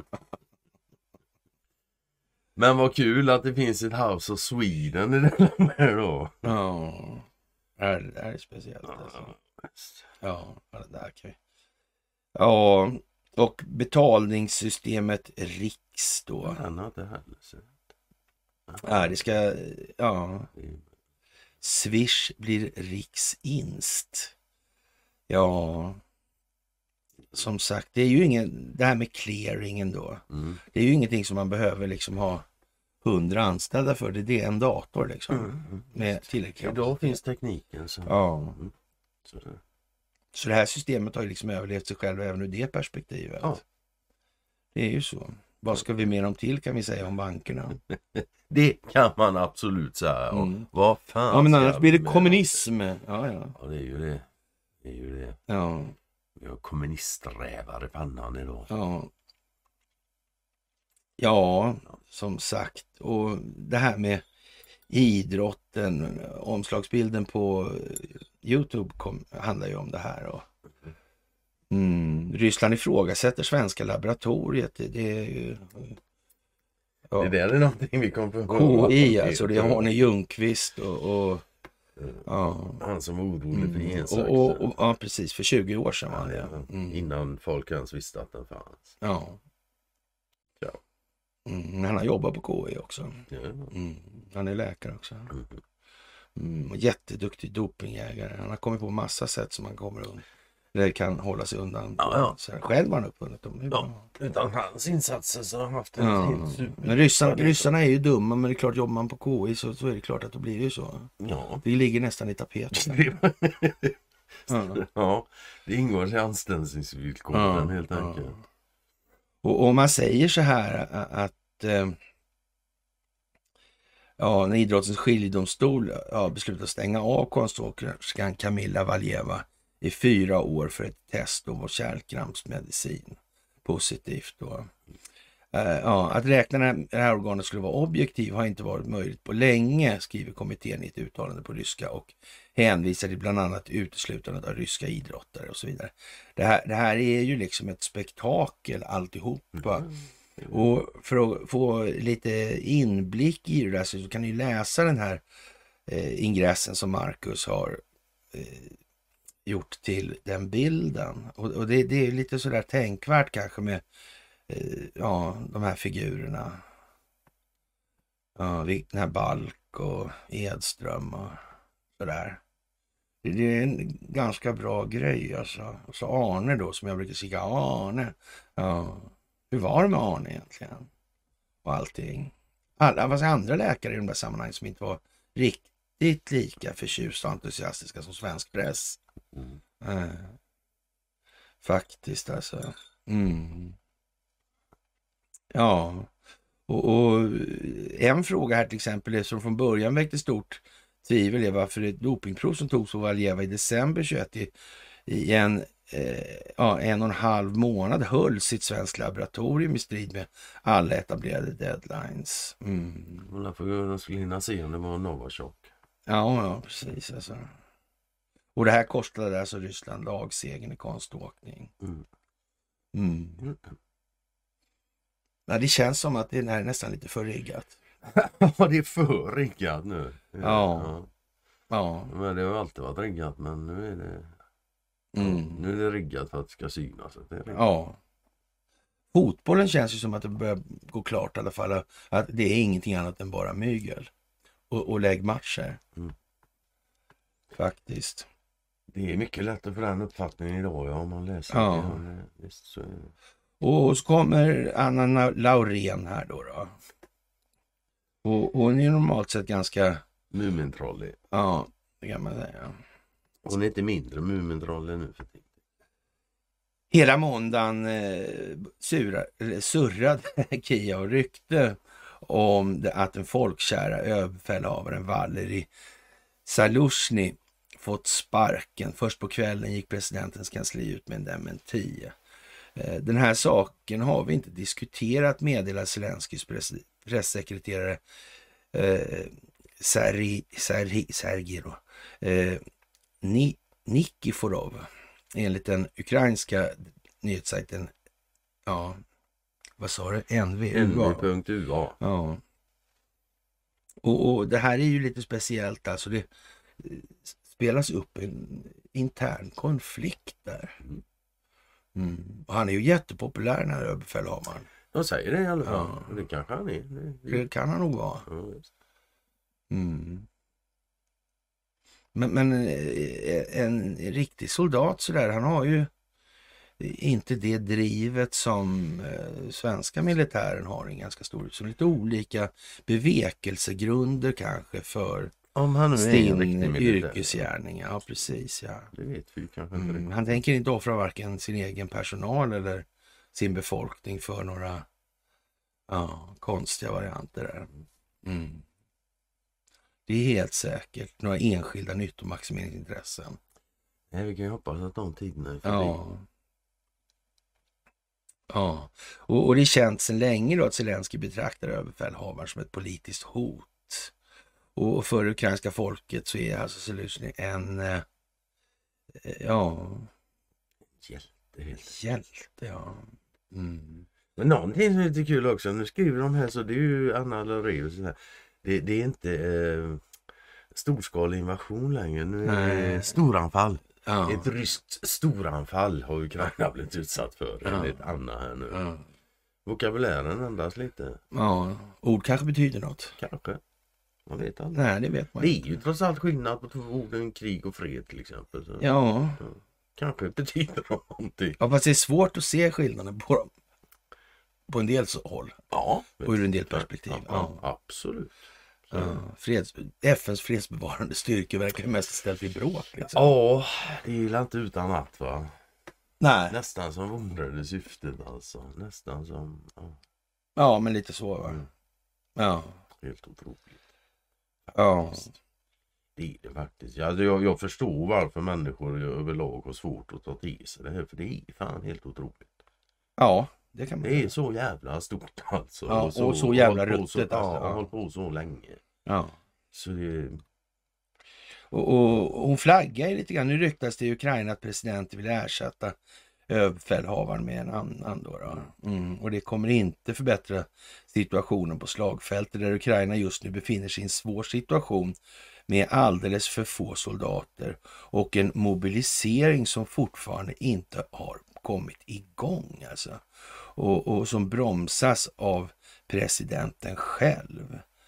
Men vad kul att det finns ett House of Sweden i Delaware då. Ja, det här, det här är speciellt. Ja, alltså. Ja, det där kan vi. Ja, och betalningssystemet Riks då. Han har inte heller sett. Ja, det ska, ja. Swish blir Riksinst. Ja, som sagt, det är ju ingen, det här med clearingen då. Mm. Det är ju ingenting som man behöver liksom ha hundra anställda för. Det är en dator liksom. Mm. Med tillräckligt. Idag finns tekniken. Så. Ja. Mm. Så, det. så det här systemet har ju liksom överlevt sig själv även ur det perspektivet. Ja. Det är ju så. Vad ska vi mer om till kan vi säga om bankerna? Det kan man absolut säga. Mm. Vad fan. Ja, men annars blir det kommunism. Ja, ja. Ja, det är ju det. Det är ju det. Ja. Vi har kommunisträvar i pannan idag. Ja. Ja, som sagt. Och det här med idrotten, omslagsbilden på YouTube kom, handlar ju om det här. Och, mm, Ryssland ifrågasätter svenska laboratoriet. Det, det är ju... Ja. Det där är någonting vi kommer på. K I, alltså det har Arne Ljungqvist och... och ja. Han som var orolig för gensaxen. Och, och, och, ja, precis. För tjugo år sedan var det. Ja, mm. Innan folk ens visste att den fanns. Ja. Ja. Mm, han har jobbat på K I också. Ja. Mm, han är läkare också. Mm, och jätteduktig dopingjägare. Han har kommit på massa sätt som man kommer undan. Eller kan hålla sig undan. Ja, ja. Så själv har han uppfunnit dem. Ja, utan hans insatser så har han haft en ja. helt super. Men ryssarna, ryssarna är ju dumma, men det är klart, jobbar man på K I så, så är det klart att då blir det ju så. Ja. Det ligger nästan i tapeten. ja. ja, det ingår i anställningsvillkoren ja, helt enkelt. Ja. Och om man säger så här att eh, ja, när idrottens skiljedomstol ja, beslutar stänga av konståkerskan Camilla Valjeva i fyra år för ett test av kärlkrampsmedicin. Positivt då. Uh, ja, att räkna när det här organet skulle vara objektiv har inte varit möjligt på länge, skriver kommittén i ett uttalande på ryska och hänvisar till bland annat uteslutandet av ryska idrottare och så vidare. Det här, det här är ju liksom ett spektakel alltihopa. Mm. Och för att få lite inblick i det där så kan ni läsa den här eh, ingressen som Marcus har eh, gjort till den bilden. Och, och det, det är lite sådär tänkvärt kanske med eh, ja, de här figurerna. Ja, den här Balk och Edström och sådär. Det, det är en ganska bra grej alltså. Och så Arne då, som jag brukar säga, Arne. Ja. Hur var det med Arne egentligen? Och allting. Alla, vad säger andra läkare i de där sammanhangen som inte var riktigt lika förtjusta och entusiastiska som svensk press. Mm. Eh, faktiskt alltså. Mm. Ja. Och, och en fråga här till exempel är som från början väckte stort tvivel är varför ett dopingprov som togs på Valjeva i december tjugoett i, i en, eh, ja, en och en halv månad hölls i ett svenskt laboratorium i strid med alla etablerade deadlines. Mm. Och därför de skulle hinna se om det var Novichok. Ja, ja, precis alltså. Och det här kostade alltså Ryssland lagsegern i konståkning. Mm. Mm. Mm. Ja, det känns som att det är nästan lite för riggat. Ja, det är för riggat nu. Ja. Ja. Ja. Men det har alltid varit riggat, men nu är det Mm. ja, nu är det riggat för att det ska synas. Att det är riggat. Ja. Fotbollen känns ju som att det börjar gå klart i alla fall. Att det är ingenting annat än bara mygel. Och, och läggmatcher. Mm. Faktiskt. Det är mycket lättare för den uppfattningen idag, ja, om man läser Ja. det. Men, visst, så är det. Och så kommer Anna Laurén här då. då. Och hon är normalt sett ganska... Mumintrollig. Ja, det kan man säga. Hon är inte mindre mumintrollig nu för tiden. Hela måndagen eh, sura, eller surrade Kia och rykte om det, att den folkkära överbefälhavaren Valeri Zaluzjny fått sparken. Först på kvällen gick presidentens kansli ut med en dementi. Eh, den här saken har vi inte diskuterat, meddelar Zelenskyjs pres- pressekreterare eh, Sergi, Sergi, Sergi då, eh, Ni, Nikiforov. Enligt den ukrainska nyhetssajten, ja, vad sa du? N V U A. N V punkt U A. Ja. Och, och det här är ju lite speciellt, alltså det spelas upp en intern konflikt där. Mm. Och han är ju jättepopulär, den här överbefälhavaren. De säger det i alla fall. Ja. Det kanske han är. Det, Det kan han nog vara. ja, just. Mm. Men, men en riktig soldat sådär, han har ju inte det drivet som eh, svenska militären har en ganska stor, så lite olika bevekelsegrunder kanske för Om han nu är en sin riktig militär. yrkesgärning. Ja, precis, ja. Det vet vi kanske inte. Mm. Mm. Han tänker inte offra varken sin egen personal eller sin befolkning för några ja, konstiga varianter där. Mm. Det är helt säkert några enskilda nyttomaximeringsintressen. Nej, vi kan ju hoppas att de tiderna är förbi. Ja. Ja. Och, och det är känt sedan länge då att Zelenskyj betraktar överbefälhavaren som ett politiskt hot. Och för det ukrainska folket så är alltså Zelenskyj en eh, ja, Hjälte, helt. hjälte. Ja. Mm. Men någonting som är lite kul också, nu skriver de här så det är ju Anna Laurén och sådär. Det, det är inte eh, storskalig invasion längre, nu är det storanfall. Ja. Ett ryskt storanfall har Ukraina blivit utsatt för, Ja. enligt Anna här nu. Ja. Vokabulären ändras lite, Ja, ord kanske betyder något. kanske. Man vet aldrig. Nej, det vet man Det är inte. ju trots allt skillnad på två orden krig och fred till exempel. Så. Ja. Ja. Kanske betyder de någonting. Ja, fast det är svårt att se skillnaden på dem. På en del så håll. Ja. Och ur en del perspektiv. Ja, ja, absolut. Så. Ja, freds, F N:s fredsbevarande styrkor verkar mest ställt i bråk. Liksom. Ja, det gillar inte utan att va. Nej. Nästan som vondrade syftet alltså. Nästan som, ja, Ja, men lite så va. Mm. Ja. helt otroligt. Ja. Det är det faktiskt. Alltså, jag, jag förstår varför människor överlag har svårt att ta till sig det här. För det är fan helt otroligt. Ja, det kan man Det är säga. så jävla stort alltså. Ja, och så jävla hållit på så- ruttet, alltså. Ja, Ja. har hållit på så länge. Ja. Så det, Och, och, och hon flaggar ju lite grann. Nu ryktas det i Ukraina att presidenten vill ersätta överbefälhavaren med en annan. Då, då. Mm. Och det kommer inte förbättra situationen på slagfältet där Ukraina just nu befinner sig i en svår situation med alldeles för få soldater och en mobilisering som fortfarande inte har kommit igång. Alltså. Och, och som bromsas av presidenten själv.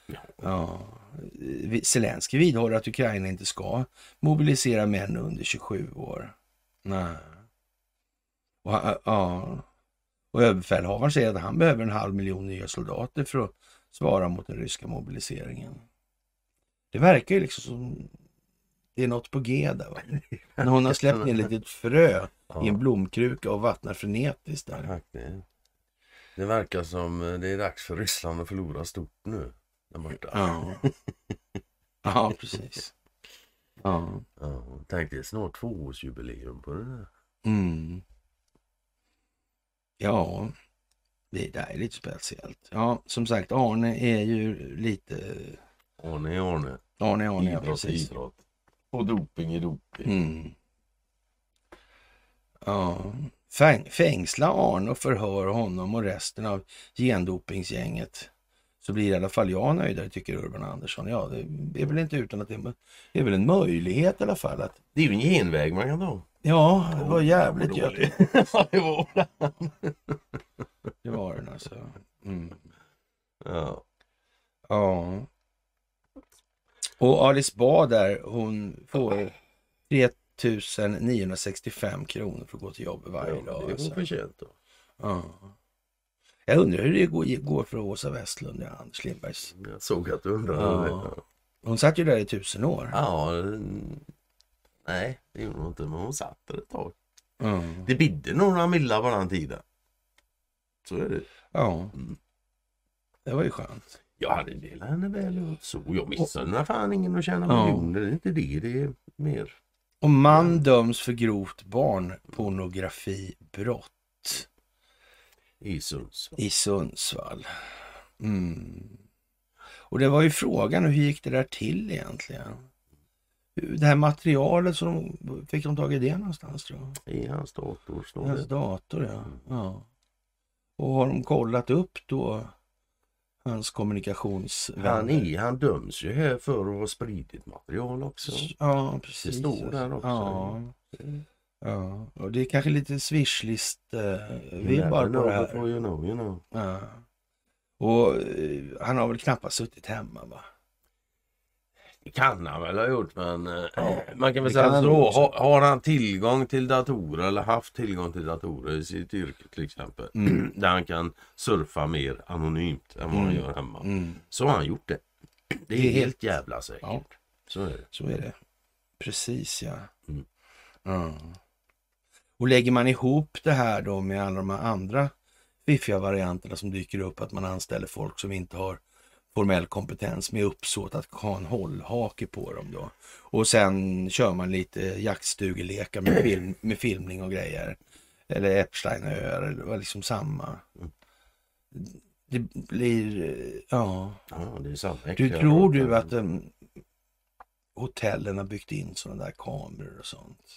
Ja. Ja. Zelensky vidhåller att Ukraina inte ska mobilisera män under tjugosju år. Nej. Och, ja. Och överbefälhavaren säger att han behöver en halv miljon nya soldater för att svara mot den ryska mobiliseringen. Det verkar ju liksom som det är något på G där, va? När hon har släppt ner ett litet frö Ja. i en blomkruka och vattnar frenetiskt där. Tack, det, det verkar som det är dags för Ryssland att förlora stort nu. Där borta. Ja, ja precis. Ja. Ja, tänk det är snart tvåårsjubileum på det där. Mm. Ja, det där är lite speciellt. Ja, som sagt, Arne är ju lite... Arne är Arne. Arne är Arne, ja, Idrott är precis. idrott. Och doping är doping. Mm. Ja, Fäng, fängsla Arne och förhör honom och resten av gendopingsgänget. Så blir i alla fall jag nöjdare, tycker Urban Andersson. Ja, det är väl inte utan att det är, det är väl en möjlighet i alla fall. Att, Det är ju en genväg man kan ta. ja, det var jävligt Ja, gött. Ja, det var det. Det var den alltså. Mm. Ja. Ja. Och Alice Bah där, hon får tre tusen niohundrasextiofem kronor för att gå till jobbet varje Ja, dag. det är Alltså. hon förtjänt då. Ja. Jag undrar hur det går, går för Åsa Westlund, ja, Anders Lindbergs. Jag såg att du undrade. Ja. Ja. Hon satt ju där i tusen år. Ja, mm, nej, det gjorde hon inte, men hon satt där ett tag. Mm. Det bidde några millar på den tiden. Så är det. Ja, Mm. det var ju skönt. Jag hade delat henne väl ut så. Jag missade när fan ingen att tjäna Ja. miljoner. Det är inte det, det är mer. Och man döms för grovt barnpornografibrott I Sundsvall. i Sundsvall. Mm. Och det var ju frågan, hur gick det där till egentligen? Det här materialet, som de, fick de tag i det någonstans, tror jag? I hans dator I står hans det. dator, ja. ja. Och har de kollat upp då hans kommunikationsvänner? Han, är, han döms ju här för att ha spridit material också. Ja, precis. Det står där också. Ja. Ja, och det är kanske lite swishlist uh, You vibbar never på det know här. before you know, you know. Ja. Och eh, han har väl knappast suttit hemma, va? Det kan han väl ha gjort, men eh, Ja, man kan väl det säga kan han så. nog också. Har, har han tillgång till datorer eller haft tillgång till datorer i sitt yrke till exempel, Mm. där han kan surfa mer anonymt än vad han Mm. gör hemma, Mm. så har han gjort det. Det är, Det är helt jävla säkert. Ja. Så är det. Så är det. Precis, ja. Mm. Ja. Och lägger man ihop det här då med alla de här andra fiffiga varianterna som dyker upp, att man anställer folk som inte har formell kompetens med uppsåt att ha en hållhake på dem då. Och sen kör man lite jaktstugelekar med, film, med filmning och grejer. Eller Epsteinöar, eller vad liksom samma. Mm. Det blir, ja. Ja, det är samma. Du, tror du att um, hotellen har byggt in sådana där kameror och sånt?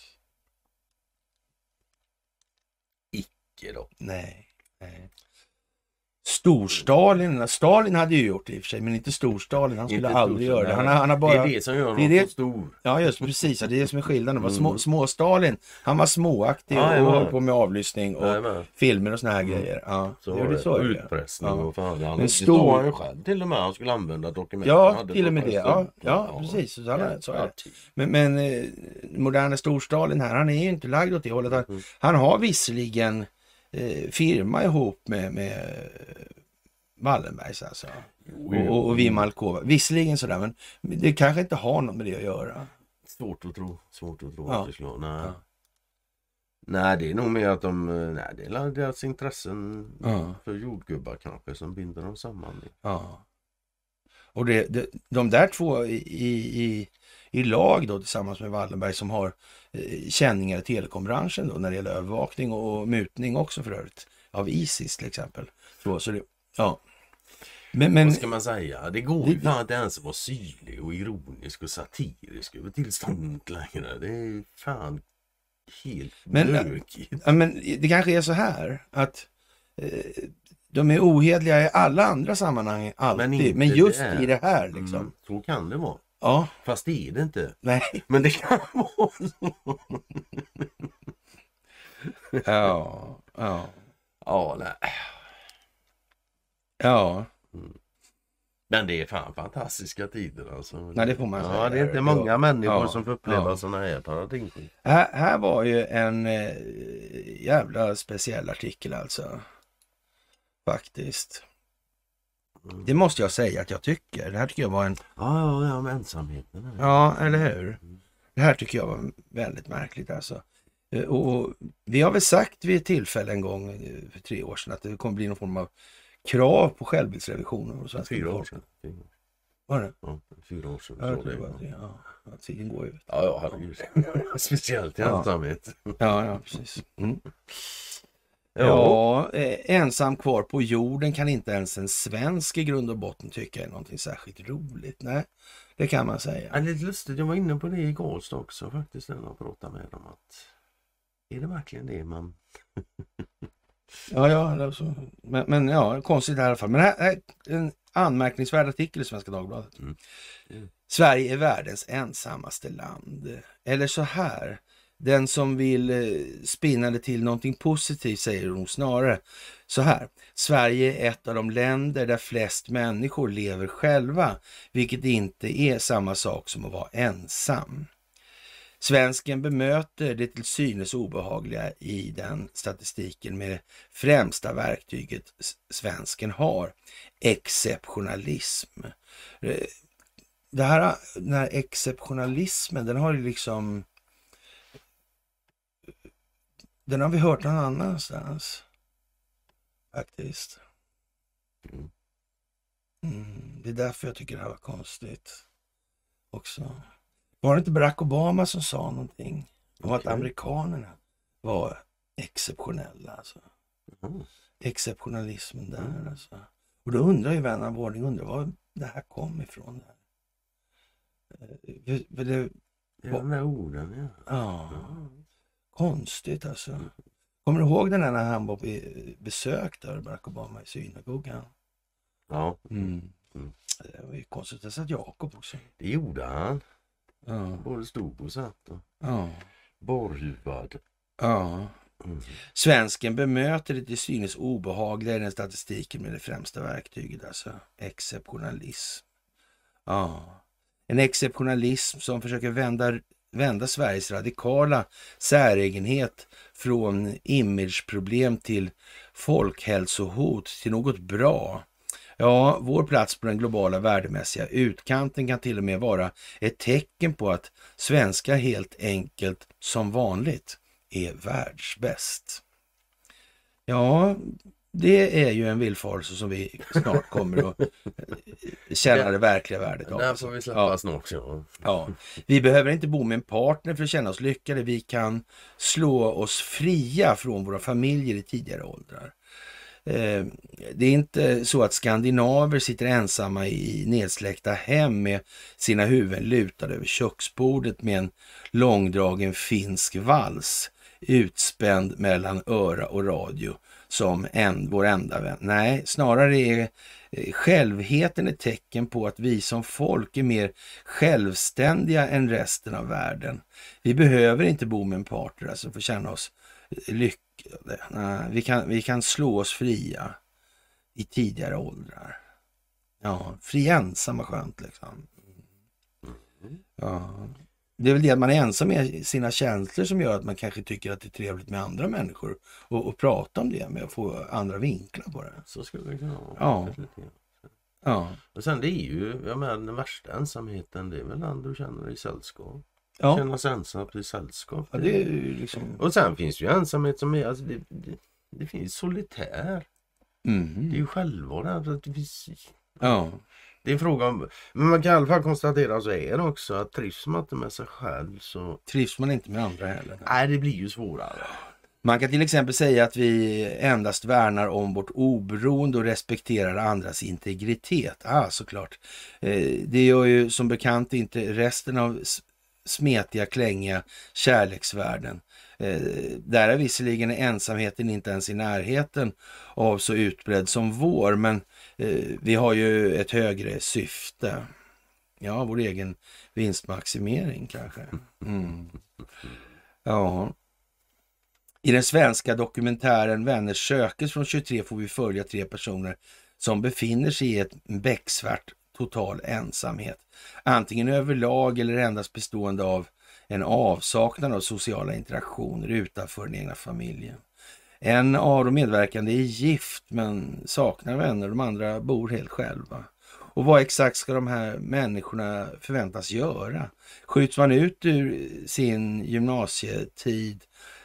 Icke då. Nej, nej. Storstalin, Stalin hade ju gjort det i och för sig, men inte Storstalin, han skulle Inte aldrig Storstalin, göra det. Han, nej. har- han har bara... Det är det som gör det är honom det- så stor. Ja, just precis, ja, det är det som är skillnaden. Mm. Små, små-Stalin, han var småaktig Ja, och jajamän. höll på med avlyssning och Jajamän. filmer och såna här Mm. grejer. Ja, Så det var gjorde det. så. är det. Utpressning Ja. och fan. Han, Men det stor- står han ju själv till och med. Han skulle använda dokument. Han Ja, hade till och med från det. Ja, president. ja, precis. Så, han, så är det. Ja, typ. Men, men eh, moderna Storstalin här, han är ju inte lagd åt det hållet. Han, Mm. han har visserligen eh, firma ihop med, med Wallenbergs alltså. Jo, jo. Och, och Vimalkova. Visserligen sådär, men det kanske inte har något med det att göra. Svårt att tro. Svårt att tro Ja. att det skulle vara. Nej. Ja. Nej, det är nog mer att de... Nej, det är deras intressen Ja. för jordgubbar kanske som binder dem samman. Ja. Och det, det, de där två i, i, i, i lag då tillsammans med Wallenberg som har eh, känningar i telekombranschen då när det gäller övervakning och, och mutning också för övrigt. Av Isis till exempel. Så, så det, ja. Men, men Vad ska man säga? Det går ju Det- fan inte ens att vara syrlig och ironisk och satirisk över tillståndet längre. Det är ju fan helt Men- lökigt. ja, men det kanske är så här att eh, de är ohederliga i alla andra sammanhang alltid. Men Men, inte just det. i det här liksom. Mm, så kan det vara. Ja, Fast det är det inte. nej. Men det kan vara så. Ja, ja, Ja, nej. ja. Mm. Men det är fan fantastiska tider alltså. Nej, det får man ja, säga. det är inte många ja. människor ja. som får uppleva ja. sådana här paradigm. Här, här var ju en eh, jävla speciell artikel alltså. Faktiskt. Mm. Det måste jag säga att jag tycker. Det här tycker jag var en... Ja, ja, ja, med ensamheten. Eller? Ja, eller hur? Det här tycker jag var väldigt märkligt alltså. Eh, Och vi har väl sagt vid ett tillfälle en gång eh, för tre år sedan att det kommer bli någon form av krav på självbildsrevisioner och svenska Fyra år befolkningen. sedan. Var det? Ja, fyra år sedan. Ja, jag så tror det det. var det. Ja, ja, tiden går ju. Ja, ja, herregud. Speciellt i Ja. ensamhet. Ja, ja, precis. Mm. Ja. Ja, eh, ensam kvar på jorden kan inte ens en svensk i grund och botten tycka är någonting särskilt roligt. Nej, det kan man säga. Ja, lite lustigt, jag var inne på det i Karlstad också faktiskt, när jag pratade med dem att är det verkligen det man... Ja, ja, alltså, men, men ja, konstigt i alla fall. Men här är en anmärkningsvärd artikel i Svenska Dagbladet. Mm. Mm. Sverige är världens ensammaste land. Eller så här, den som vill eh, spinna det till någonting positivt säger hon snarare så här. Sverige är ett av de länder där flest människor lever själva, vilket inte är samma sak som att vara ensam. Svensken bemöter det till synes obehagliga i den statistiken med det främsta verktyget svensken har, exceptionalism. Det här, den här exceptionalismen, den har ju liksom, den har vi hört någon annanstans faktiskt. Mm, det är därför jag tycker det här var konstigt också. Var det inte Barack Obama som sa någonting om att Okej. amerikanerna var exceptionella alltså. Mm. Exceptionalismen där Mm. alltså. Och då undrar ju vän av ordning, undrar var det här kom ifrån. Där. För, för det, Det är de där orden, ja. ja, Ja. konstigt alltså. Kommer du ihåg den här när han var på besök där, Barack Obama i synagogan? Ja, Mm. Mm. Det var ju konstigt, det satt Jakob också. det gjorde han. Ja, Både stod och satt och ja, borrhuvad. ja. Mm. Svensken bemöter det till synes obehagliga i den statistiken med det främsta verktyget, alltså exceptionalism. Ja, en exceptionalism som försöker vända, vända Sveriges radikala säregenhet från imageproblem till folkhälsohot till något bra. Ja, vår plats på den globala värdemässiga utkanten kan till och med vara ett tecken på att svenska helt enkelt som vanligt är världsbäst. Ja, det är ju en villfarelse som vi snart kommer att känna det verkliga värdet av. Där får vi släppa Ja. snart. Ja. Ja, vi behöver inte bo med en partner för att känna oss lyckade. Vi kan slå oss fria från våra familjer i tidigare åldrar. Eh, det är inte så att skandinaver sitter ensamma i nedsläckta hem med sina huvuden lutade över köksbordet med en långdragen finsk vals utspänd mellan öra och radio som en, vår enda vän. Nej, snarare är eh, självheten ett tecken på att vi som folk är mer självständiga än resten av världen. Vi behöver inte bo med en partner alltså för att känna oss lyckade. Nej, vi kan, vi kan slå oss fria i tidigare åldrar. Ja, fri ensam och skönt liksom. Ja. Det är väl det att man är ensam med sina känslor som gör att man kanske tycker att det är trevligt med andra människor och, och prata om det med att få andra vinklar på det. Så skulle det kunna vara. Ja. Ja. Och sen det är ju, jag menar, den värsta ensamheten, det är väl när du känner dig i sällskap. Ja. Känna sig ensam i sällskap. Ja, det är ju liksom... Och sen finns det ju ensamhet som är, alltså det, det, det finns solitär. Mm. Det är ju självvård. Alltså det, finns, Ja. det är en fråga om, men man kan i alla fall konstatera så är det också att trivs man inte med sig själv så, Trivs man inte med andra heller. nej det blir ju svårare. Man kan till exempel säga att vi endast värnar om vårt oberoende och respekterar andras integritet. Ah, såklart. Eh, det gör ju som bekant inte resten av smetiga, klängiga kärleksvärlden. Eh, där är visserligen ensamheten inte ens i närheten av så utbredd som vår, men eh, vi har ju ett högre syfte. Ja, vår egen vinstmaximering kanske. Mm. Ja. I den svenska dokumentären Vänner sökes från tjugotre får vi följa tre personer som befinner sig i ett becksvart total ensamhet. Antingen överlag eller endast bestående av en avsaknad av sociala interaktioner utanför den egna familjen. En av de medverkande är gift men saknar vänner, de andra bor helt själva. Och vad exakt ska de här människorna förväntas göra? Skjuts man ut ur sin gymnasietid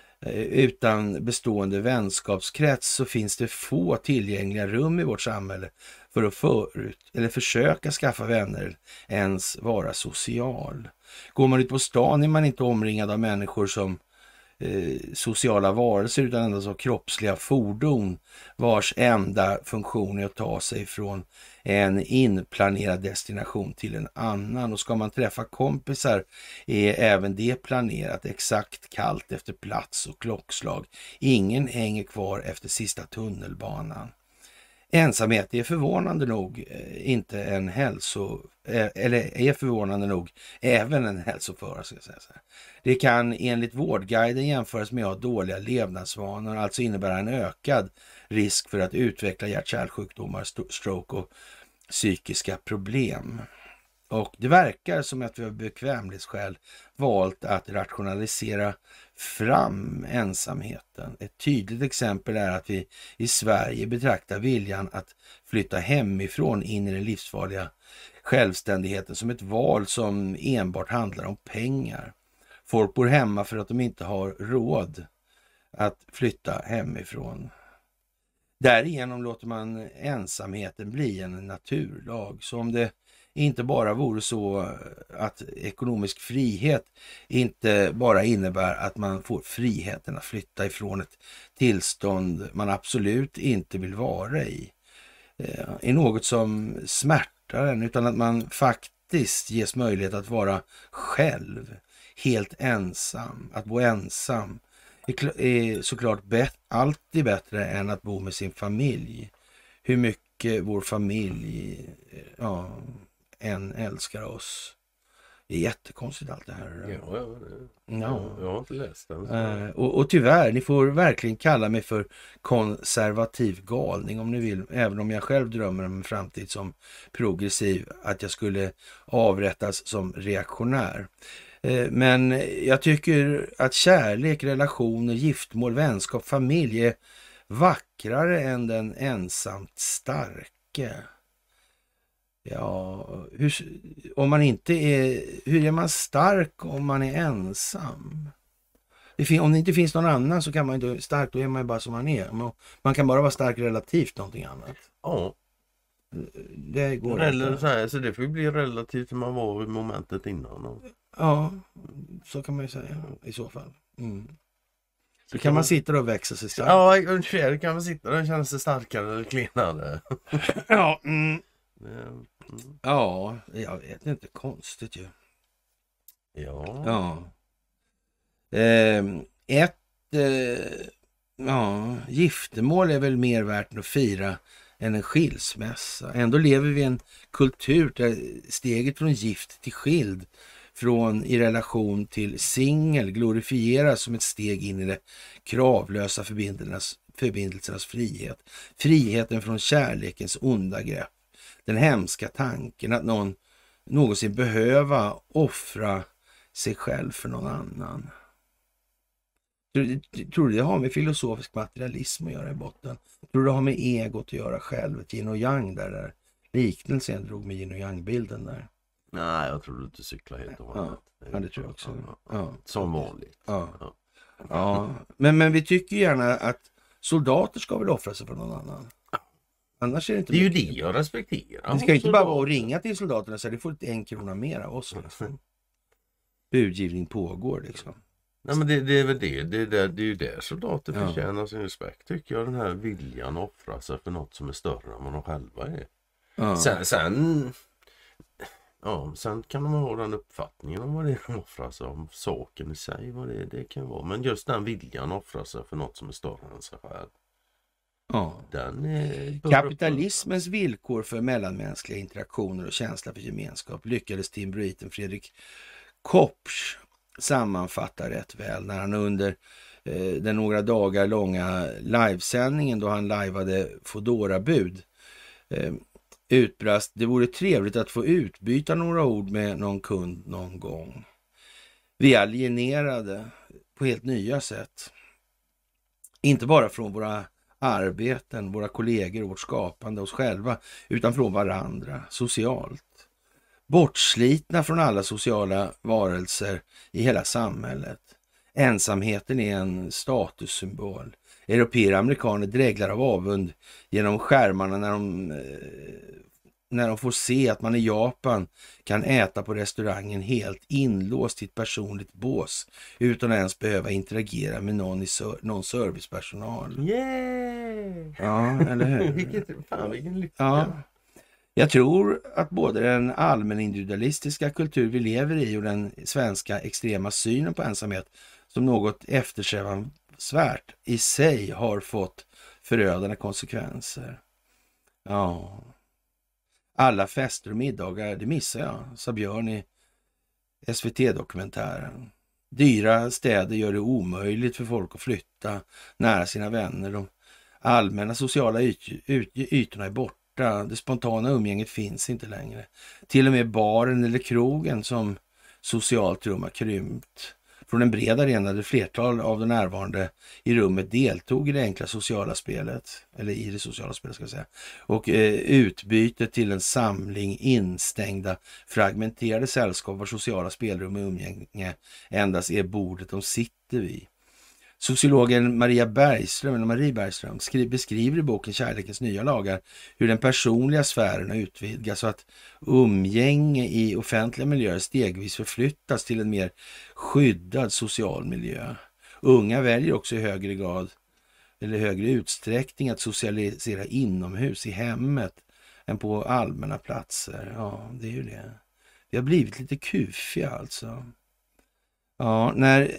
utan bestående vänskapskrets så finns det få tillgängliga rum i vårt samhälle för att förut, eller försöka skaffa vänner, ens vara social. Går man ut på stan är man inte omringad av människor som eh, sociala varelser utan endast av kroppsliga fordon vars enda funktion är att ta sig från en inplanerad destination till en annan. Och ska man träffa kompisar är även det planerat exakt kallt efter plats och klockslag. Ingen hänger kvar efter sista tunnelbanan. Ensamhet är förvånande nog inte en hälso eller är förvånande nog även en hälsofara, ska jag säga så här. Det kan enligt Vårdguiden jämföras med att ha dåliga levnadsvanor, alltså innebära en ökad risk för att utveckla hjärt-kärlsjukdomar, stroke och psykiska problem. Och det verkar som att vi av bekvämlighetsskäl valt att rationalisera fram ensamheten. Ett tydligt exempel är att vi i Sverige betraktar viljan att flytta hemifrån in i den livsfarliga självständigheten som ett val som enbart handlar om pengar. Folk bor hemma för att de inte har råd att flytta hemifrån. Därigenom låter man ensamheten bli en naturlag. Så om det inte bara vore så att ekonomisk frihet inte bara innebär att man får friheten att flytta ifrån ett tillstånd man absolut inte vill vara i, är något som smärtar en, utan att man faktiskt ges möjlighet att vara själv, helt ensam, att bo ensam är såklart bet- alltid bättre än att bo med sin familj. Hur mycket vår familj ja, än älskar oss. Det är jättekonstigt allt det här. Ja, ja, det, ja. Jag har inte läst den. Uh, och, och tyvärr, ni får verkligen kalla mig för konservativ galning om ni vill. Även om jag själv drömmer om en framtid som progressiv. Att jag skulle avrättas som reaktionär. Men jag tycker att kärlek, relationer, giftmål, vänskap, familj är vackrare än den ensamt starke. Ja, hur, om man inte är, hur är man stark om man är ensam? Det fin, om det inte finns någon annan så kan man inte vara stark, då är man bara som man är. Man, man kan bara vara stark relativt någonting annat. Ja. Det går Eller inte. Så, här, så det får ju bli relativt till man var i momentet innan. Och... Ja, så kan man ju säga i så fall. Mm. Så kan man sitta och växa sig stark. Ja, ungefär kan man sitta och känna sig starkare eller klenare. ja, mm. Mm. ja, jag vet inte, konstigt ju. Ja. Ja. Eh, ett eh, ja, giftermål är väl mer värt att fira än en skilsmässa. Ändå lever vi i en kultur där steget från gift till skild, från i relation till singel, glorifieras som ett steg in i det kravlösa förbindelsernas, förbindelsernas frihet. Friheten från kärlekens onda grepp. Den hemska tanken att någon någonsin behöva offra sig själv för någon annan. Tror, tror du det har med filosofisk materialism att göra i botten? Tror du det har med egot att göra själv? Ett yin och yang där, där liknelsen drog med yin och yang-bilden där. Nej, jag tror du inte cyklar helt och hållet. Ja, ja, det tror jag också. Ja, Ja. som vanligt. Ja. Ja. Ja. Men, men vi tycker gärna att soldater ska väl offra sig för någon annan. Annars är det inte Det är ju mycket. det jag respekterar. Det ska ju inte bara vara att ringa till soldaterna så du får ett en krona mer av oss. Liksom. Budgivning pågår liksom. Nej, men det, det är väl det. Det är, där, det är ju där soldater Ja. förtjänar sin respekt, tycker jag. Den här viljan att offra sig för något som är större än vad de själva är. Ja. Sen, sen, ja, sen kan de ha den uppfattningen om vad det är de offrar sig, om saken i sig, vad det, det kan vara. Men just den viljan att offra sig för något som är större än sig själv. Ja. Den är... Kapitalismens villkor för mellanmänskliga interaktioner och känsla för gemenskap lyckades Tim Britten Fredrik Kopsch sammanfatta rätt väl när han under eh, den några dagar långa livesändningen då han liveade Fodora-bud eh, utbrast: det vore trevligt att få utbyta några ord med någon kund någon gång. Vi är alienerade på helt nya sätt. Inte bara från våra arbeten, våra kollegor, vårt skapande, oss själva, utan från varandra, socialt. Bortslitna från alla sociala varelser i hela samhället. Ensamheten är en statussymbol. Européer och amerikaner dräglar av avund genom skärmarna när de, när de får se att man i Japan kan äta på restaurangen helt inlåst i ett personligt bås utan att ens behöva interagera med någon, i ser- någon servicepersonal. Yeah! Ja, eller hur? Vilket, fan, vilken lycka. Ja. Jag tror att både den allmän individualistiska kultur vi lever i och den svenska extrema synen på ensamhet som något eftersträvansvärt i sig har fått förödande konsekvenser. Ja. Alla fester och middagar, det missar jag, sa Björn i S V T-dokumentären. Dyra städer gör det omöjligt för folk att flytta nära sina vänner. De allmänna sociala yt- yt- ytorna är borta. Det spontana umgänget finns inte längre. Till och med baren eller krogen som socialt rum har krympt. Från en bred arena där flertal av de närvarande i rummet deltog i det enkla sociala spelet, eller i det sociala spelet ska jag säga, och eh, utbytet till en samling instängda, fragmenterade sällskap var sociala spelrum och umgänge endast är bordet de sitter vid. Sociologen Maria Bergström, eller Marie Bergström skri- beskriver i boken Kärlekens nya lagar hur den personliga sfären har utvidgats så att umgänge i offentliga miljöer stegvis förflyttas till en mer skyddad social miljö. Unga väljer också i högre grad eller högre utsträckning att socialisera inomhus i hemmet än på allmänna platser. Ja, det är ju det. Vi har blivit lite kufiga alltså. Ja, när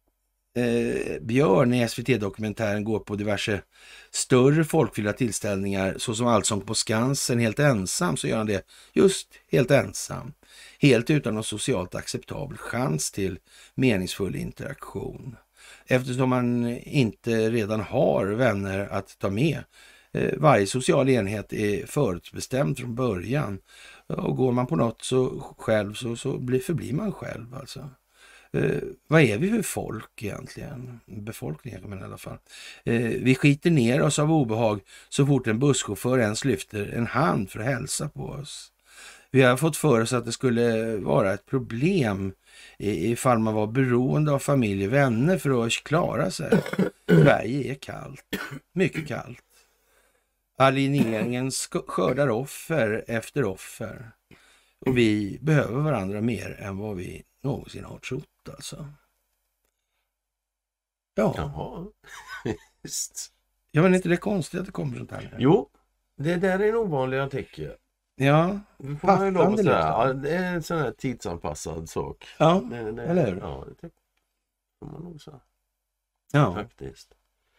Eh, Björn i S V T-dokumentären går på diverse större folkfyllda tillställningar såsom Allsång på Skansen helt ensam, så gör han det just helt ensam. Helt utan någon socialt acceptabel chans till meningsfull interaktion. Eftersom man inte redan har vänner att ta med. Eh, varje social enhet är förutbestämd från början. Och går man på något så själv så, så blir, förblir man själv alltså. Eh, vad är vi för folk egentligen? Befolkningen, men i alla fall. Eh, vi skiter ner oss av obehag så fort en busschaufför ens lyfter en hand för att hälsa på oss. Vi har fått för oss att det skulle vara ett problem ifall man var beroende av familj och vänner för att klara sig. Sverige är kallt. Mycket kallt. Alieneringen skördar offer efter offer. Och vi behöver varandra mer än vad vi någonsin har trott alltså. Ja. Jaha. Just. Ja, men är inte det konstigt att det kommer sånt här? Jo, det där är en ovanlig artikel. Ja, Det får man ju lov att Passande säga. liksom. Ja, det är en sån här tidsanpassad sak. ja, Det, det, eller hur? Ja, det tycker får man nog säga. ja. Faktiskt.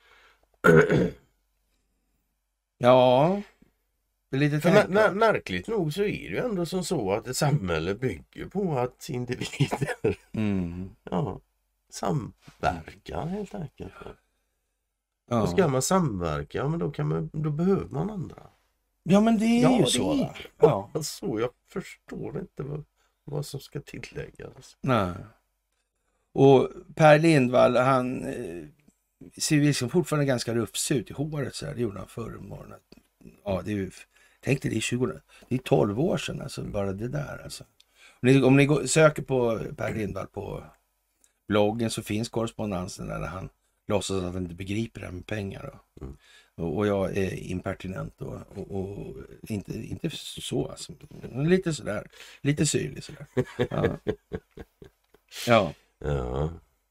Ja, det är lite För tänkt. mär- mär- märkligt nog så är det ju ändå som så att ett samhälle bygger på att individer Mm. ja, samverkar helt enkelt. Ja. Och ska man samverka, ja, men då, kan man, då behöver man andra. ja, men det är Ja, ju det så. är Va? Ja. Så jag förstår inte vad, vad som ska tilläggas. Nej. Och Per Lindvall, han eh, ser ju liksom fortfarande ganska rufsig ut i håret så här. Det gjorde han förr om morgonen. Ja, det är ju, tänk dig, det är tjugo, det är tolv år sedan alltså, bara det där alltså. Om ni, om ni går, söker på Per Lindvall på bloggen så finns korrespondensen där han låtsas att han inte begriper det här med pengar då. Mm. Och, och jag är impertinent och, och, och inte, inte så alltså, men lite sådär, lite syrlig sådär. Ja. Ja. Ja.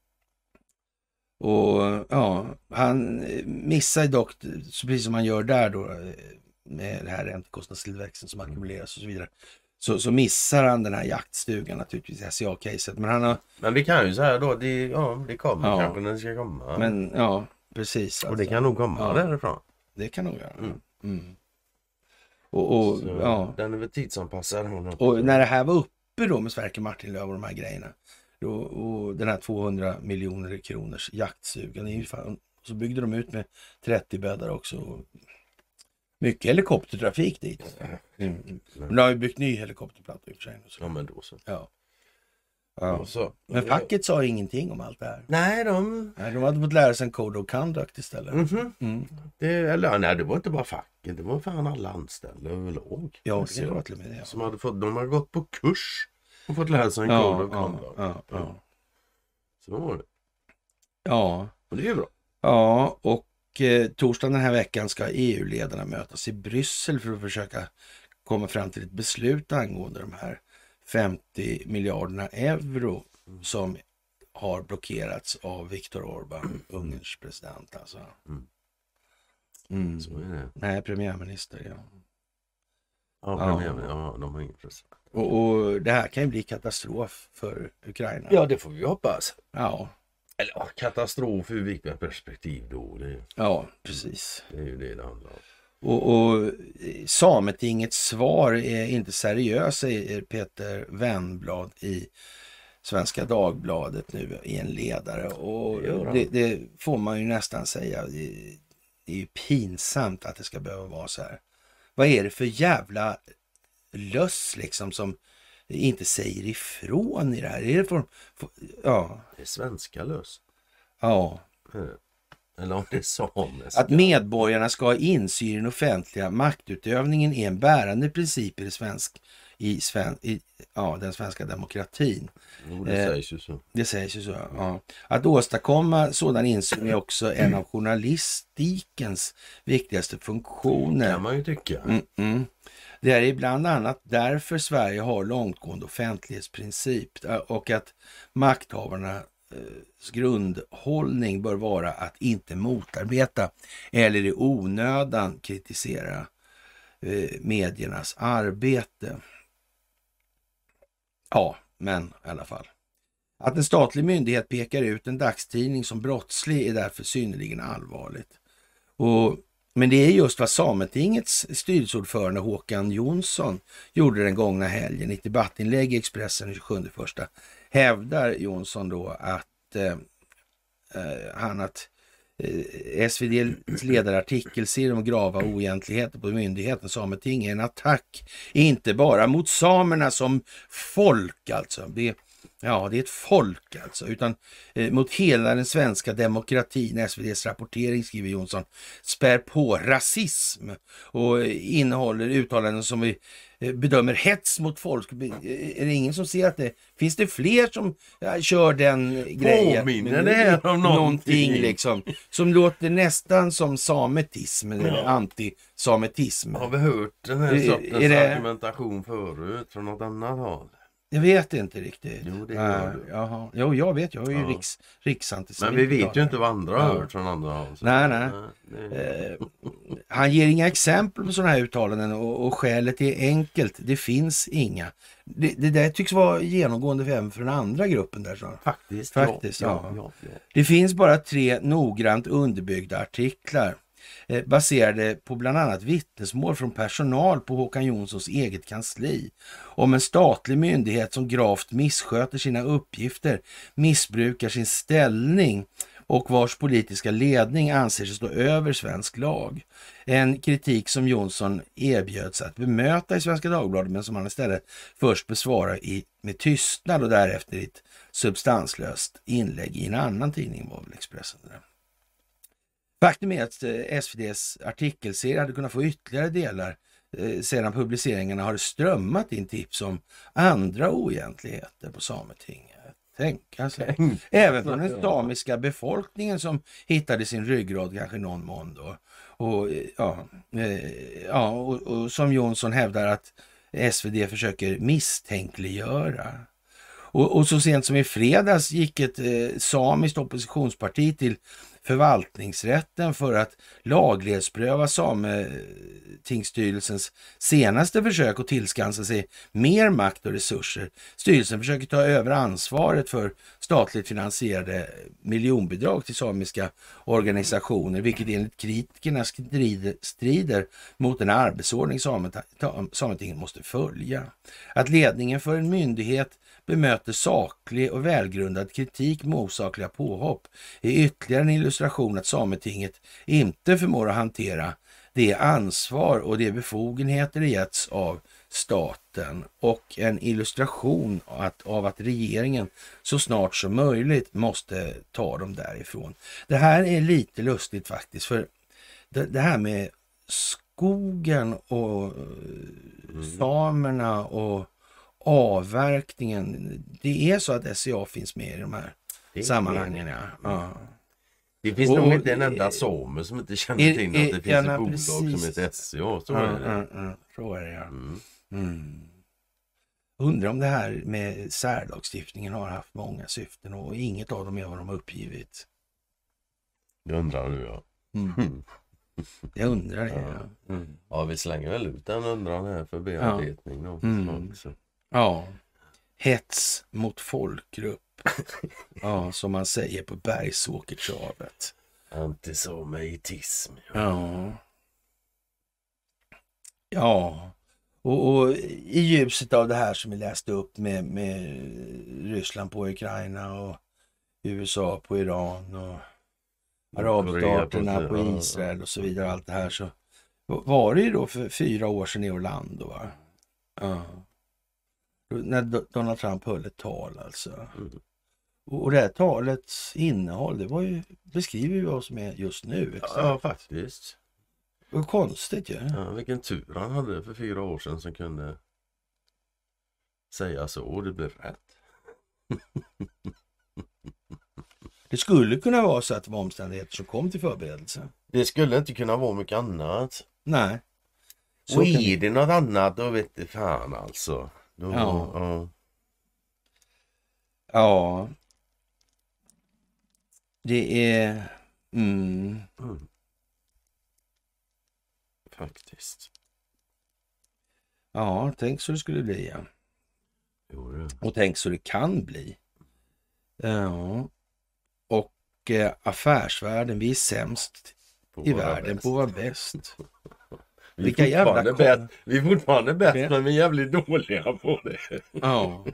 Och ja, han missar dock, så precis som han gör där då, med det här räntekostnadstillväxten som ackumuleras och så vidare, så, så missar han den här jaktstugan naturligtvis, S C A-caset. Men han har... Men vi kan ju säga då, det, ja, det kommer Ja. kanske när det ska komma. Men ja, precis. och Alltså. det kan nog komma Ja. därifrån. Det kan nog göra. Mm. Mm. Och, och, Så ja. den är väl tidsanpassad. och när det här var uppe då med Sverker Martinlöv och de här grejerna, då, och den här tvåhundra miljoner kronors jaktsugan, är ju fan, så byggde de ut med trettio bäddar också. mycket helikoptertrafik dit. Mm. Men de har ju byggt ny helikopterplatta i och för sig. Ja, men då så. Ja. Ja. Och så. Men facket sa ingenting om allt det här. Nej, de... Nej, de hade fått lära sig en code of conduct istället. Mm-hmm. Mm. Det, eller, nej, det var inte bara facket, det var fan alla anställda överlag. Ja, det var till och med det. Ja. Som hade fått, de hade gått på kurs och fått lära sig en ja, code of ja, conduct. ja, ja. Så var det. Ja. Och det är bra. Ja, och eh, torsdagen den här veckan ska E U-ledarna mötas i Bryssel för att försöka komma fram till ett beslut angående de här femtio miljarderna euro mm. som har blockerats av Viktor Orbán, Ungerns president. Alltså. Mm. Mm. Så är det. Nej, premiärminister, ja. Ja, premiärminister. Ja. ja, de har ingen president. Och, och det här kan ju bli katastrof för Ukraina. Ja, det får vi hoppas. Ja. Eller ja, katastrof ur vilka perspektiv då? Det är, ja, precis. Det är ju det det handlar om. Och, och Sametingets svar är inte seriöst, säger Peter Wennblad i Svenska Dagbladet nu i en ledare. Och det, det, det får man ju nästan säga. Det, det är ju pinsamt att det ska behöva vara så här. Vad är det för jävla löss liksom som inte säger ifrån i det här? Är det för, för, ja. Det är svenska löss. Ja. Eller om det är samiska. Att medborgarna ska ha insyn i den offentliga maktutövningen är en bärande princip i, det svensk, i, sven, i ja, den svenska demokratin. Jo, det eh, sägs ju så. Det sägs ju så, ja. Att åstadkomma sådan insyn är också en av journalistikens viktigaste funktioner. Kan man ju tycka. Mm-mm. Det är bland annat därför Sverige har långtgående offentlighetsprincip och att makthavarna grundhållning bör vara att inte motarbeta eller i onödan kritisera eh, mediernas arbete. Ja, men i alla fall. Att en statlig myndighet pekar ut en dagstidning som brottslig är därför synnerligen allvarligt. Och, men det är just vad Sametingets styrelseordförande Håkan Jonsson gjorde den gångna helgen i ett debattinlägg i Expressen den tjugosjunde första. Hävdar Jonsson då att eh, han att eh, S V D:s ledarartikel ser om grava oegentligheter på myndigheten Sameting är en attack inte bara mot samerna som folk alltså. Det, ja, det är ett folk alltså, utan eh, mot hela den svenska demokratin. S V D:s rapportering, skriver Jonsson, spär på rasism och innehåller uttalanden som vi bedömer hets mot folk. Är det ingen som ser att det finns det fler som ja, kör den grejen? Påminner det här om någonting, någonting liksom, som låter nästan som sametism eller ja. antisametism. Har vi hört den här sortens är det... argumentation förut från något annat håll? Jag vet inte riktigt. Jo, det gör du. Jaha. Jo, jag vet. Jag är ju ja. riks, riksantisemit. Men vi vet ju inte vad andra har ja. hört från andra håll. Nej, nej. nej det... eh, han ger inga exempel på sådana här uttalanden och, och skälet är enkelt. Det finns inga. Det, det där tycks vara genomgående även för den andra gruppen där. Så. Faktiskt, Faktiskt ja. Ja, ja, ja. Det finns bara tre noggrant underbyggda artiklar baserade på bland annat vittnesmål från personal på Håkan Jonssons eget kansli om en statlig myndighet som gravt missköter sina uppgifter, missbrukar sin ställning och vars politiska ledning anser sig stå över svensk lag. En kritik som Jonsson erbjöds att bemöta i Svenska Dagbladet men som han istället först besvarar i, med tystnad och därefter i ett substanslöst inlägg i en annan tidning, var väl Expressen där. Faktum är att S V D:s artikelserie hade kunnat få ytterligare delar eh, sedan publiceringarna har strömmat in tips om andra oegentligheter på Sametinget. Tänk, alltså. Tänk. Även från den samiska befolkningen som hittade sin ryggrad kanske någon mån då. Och, ja, eh, ja, och, och som Jonsson hävdar att S V D försöker misstänkliggöra. Och, och så sent som i fredags gick ett eh, samiskt oppositionsparti till förvaltningsrätten för att laglighetspröva Sametingsstyrelsens senaste försök att tillskansa sig mer makt och resurser. Styrelsen försöker ta över ansvaret för statligt finansierade miljonbidrag till samiska organisationer, vilket enligt kritikerna strider, strider mot en arbetsordning Sametinget måste följa. Att ledningen för en myndighet bemöter saklig och välgrundad kritik med osakliga påhopp är ytterligare en illustration att Sametinget inte förmår att hantera det ansvar och det befogenheter det getts av staten och en illustration att, av att regeringen så snart som möjligt måste ta dem därifrån. Det här är lite lustigt faktiskt, för det, det här med skogen och samerna och avverkningen, det är så att S C A finns med i de här sammanhangen. Ja. Ja. Det finns och, nog inte en enda same som inte känner är, till att det finns ja, ett bolag precis. Som heter S C A. Så ja, är det. Ja, ja, så är det, ja. Mm. Mm. Undrar om det här med särlagstiftningen har haft många syften och inget av dem är vad de har uppgivit. Det undrar du, ja. Mm. Jag undrar det, ja. Ja. Mm. Ja, vi slänger väl ut den undran här för bearbetning. Ja. Mm. Ja. Hets mot folkgrupp. Ja, som man säger på Bergsåkertravet. Antisemtism. Ja. Ja. Ja. Och, och i ljuset av det här som vi läste upp med, med Ryssland på Ukraina och U S A på Iran och arabstaterna på Israel och så vidare, allt det här, så var det ju då för fyra år sedan i Orlando, va? Ja. När Donald Trump höll ett tal alltså. Mm. Och det här talets innehåll, det var ju, beskriver ju vad som är just nu. Exakt. Ja, faktiskt. Det var konstigt ju. Ja, vilken tur han hade för fyra år sedan som kunde säga så och det blev rätt. Det skulle kunna vara så att det var omständigheter som kom till förberedelse. Det skulle inte kunna vara mycket annat. Nej. Så och är det något annat, då vet det fan alltså. Då, ja. Ja. Ja. Det är... Mm. Mm. Faktiskt. Ja, tänk så det skulle bli, ja. Jo, det. Och tänk så det kan bli. Ja. Och eh, affärsvärlden, vi är sämst på i världen bäst. På att vara bäst. Vi, Vilka jävla bäst. vi är fortfarande bäst, bäst, men vi är jävligt dåliga på det. Ja.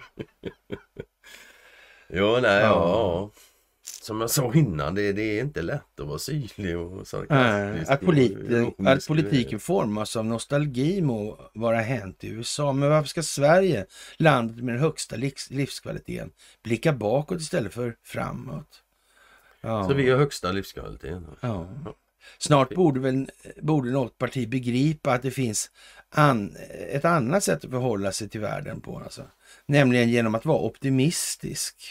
Jo, nej, ja. ja. Som jag sa innan, det, det är inte lätt att vara syrlig och sarkastisk. Att, politi- att politiken formas av nostalgi må vara hänt i U S A. Men varför ska Sverige, landet med den högsta livs- livskvaliteten, blicka bakåt istället för framåt? Ja. Så vi har högsta livskvaliteten. Ja. Ja. Snart borde väl borde något parti begripa att det finns an, ett annat sätt att förhålla sig till världen på. Alltså. Nämligen genom att vara optimistisk.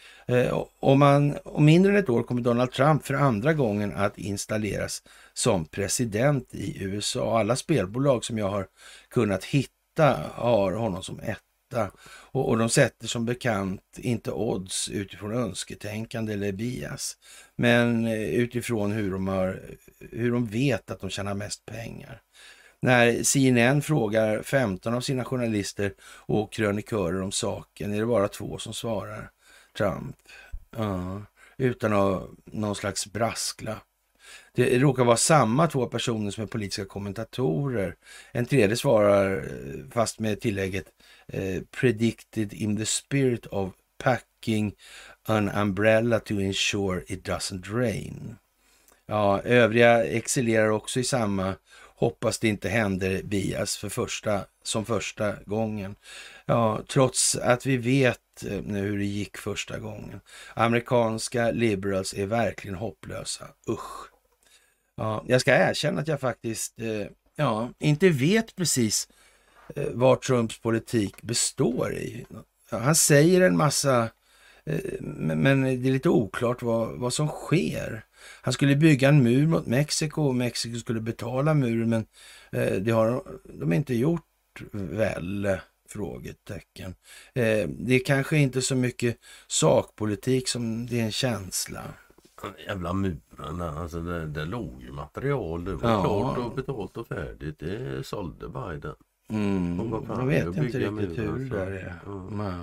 Eh, om, man, om mindre än ett år kommer Donald Trump för andra gången att installeras som president i U S A. Alla spelbolag som jag har kunnat hitta har honom som etta. Och, och de sätter som bekant inte odds utifrån önsketänkande eller bias. Men utifrån hur de, har, hur de vet att de tjänar mest pengar. När C N N frågar femton av sina journalister och krönikörer om saken är det bara två som svarar Trump. Ja, utan att någon slags brasklapp. Det råkar vara samma två personer som är politiska kommentatorer. En tredje svarar fast med tillägget eh, predicted in the spirit of packing an umbrella to ensure it doesn't rain. Ja, övriga excellerar också i samma hoppas det inte händer bias för första, som första gången. Ja, trots att vi vet nu hur det gick första gången. Amerikanska liberals är verkligen hopplösa. Usch. Ja, jag ska erkänna att jag faktiskt eh, ja, inte vet precis eh, vad Trumps politik består i. Ja, han säger en massa, eh, men det är lite oklart vad, vad som sker. Han skulle bygga en mur mot Mexiko och Mexiko skulle betala muren, men eh, det har de inte gjort väl, frågetecken. Eh, det är kanske inte så mycket sakpolitik som det är en känsla. Jävla murarna, alltså det, det låg ju material, det var ja. klart och betalt och färdigt, det sålde Biden. Mm, och jag vet inte riktigt murar, hur det är. Mm.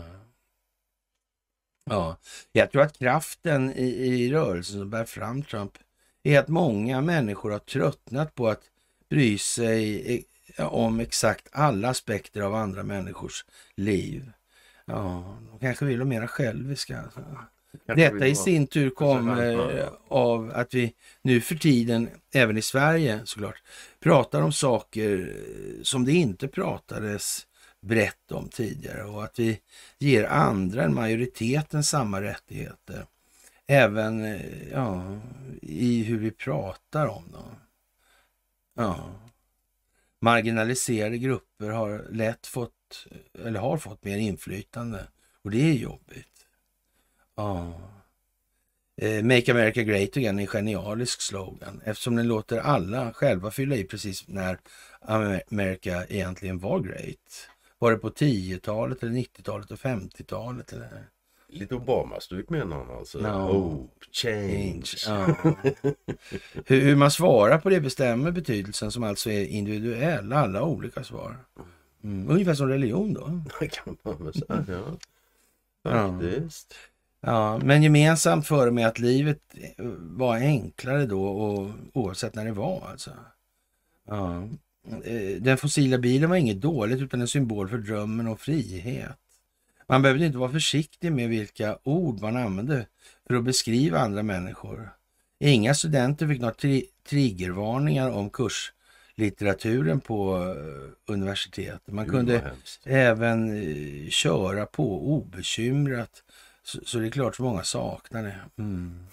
Ja, jag tror att kraften i, i rörelsen som bär fram Trump är att många människor har tröttnat på att bry sig om exakt alla aspekter av andra människors liv. Ja, de kanske vill vara mera själviska. Alltså. Detta i sin tur kommer av att vi nu för tiden, även i Sverige såklart, pratar om saker som det inte pratades brett om tidigare och att vi ger andra än majoriteten samma rättigheter. Även ja, i hur vi pratar om dem. Ja. Marginaliserade grupper har lätt fått, eller har fått mer inflytande. Och det är jobbigt. Ja. Eh, Make America Great Again är en genialisk slogan. Eftersom den låter alla själva fylla i precis när America egentligen var great. Var det på tiotalet eller nittiotalet och femtiotalet eller... Lite Obama-stuk menar han alltså. No. Oh, change. Ja. hur, hur man svarar på det bestämmer betydelsen som alltså är individuell. Alla olika svar. Mm. Ungefär som religion då. Det kan man väl säga, ja. Faktiskt. Ja, men gemensamt för mig att livet var enklare då och oavsett när det var alltså. Ja. Den fossila bilen var inget dåligt utan en symbol för drömmen och frihet. Man behövde inte vara försiktig med vilka ord man använde för att beskriva andra människor. Inga studenter fick några tri- triggervarningar om kurslitteraturen på uh, universitetet. Man kunde även uh, köra på obekymrat. Så, så det är klart så många saknar det. Mm.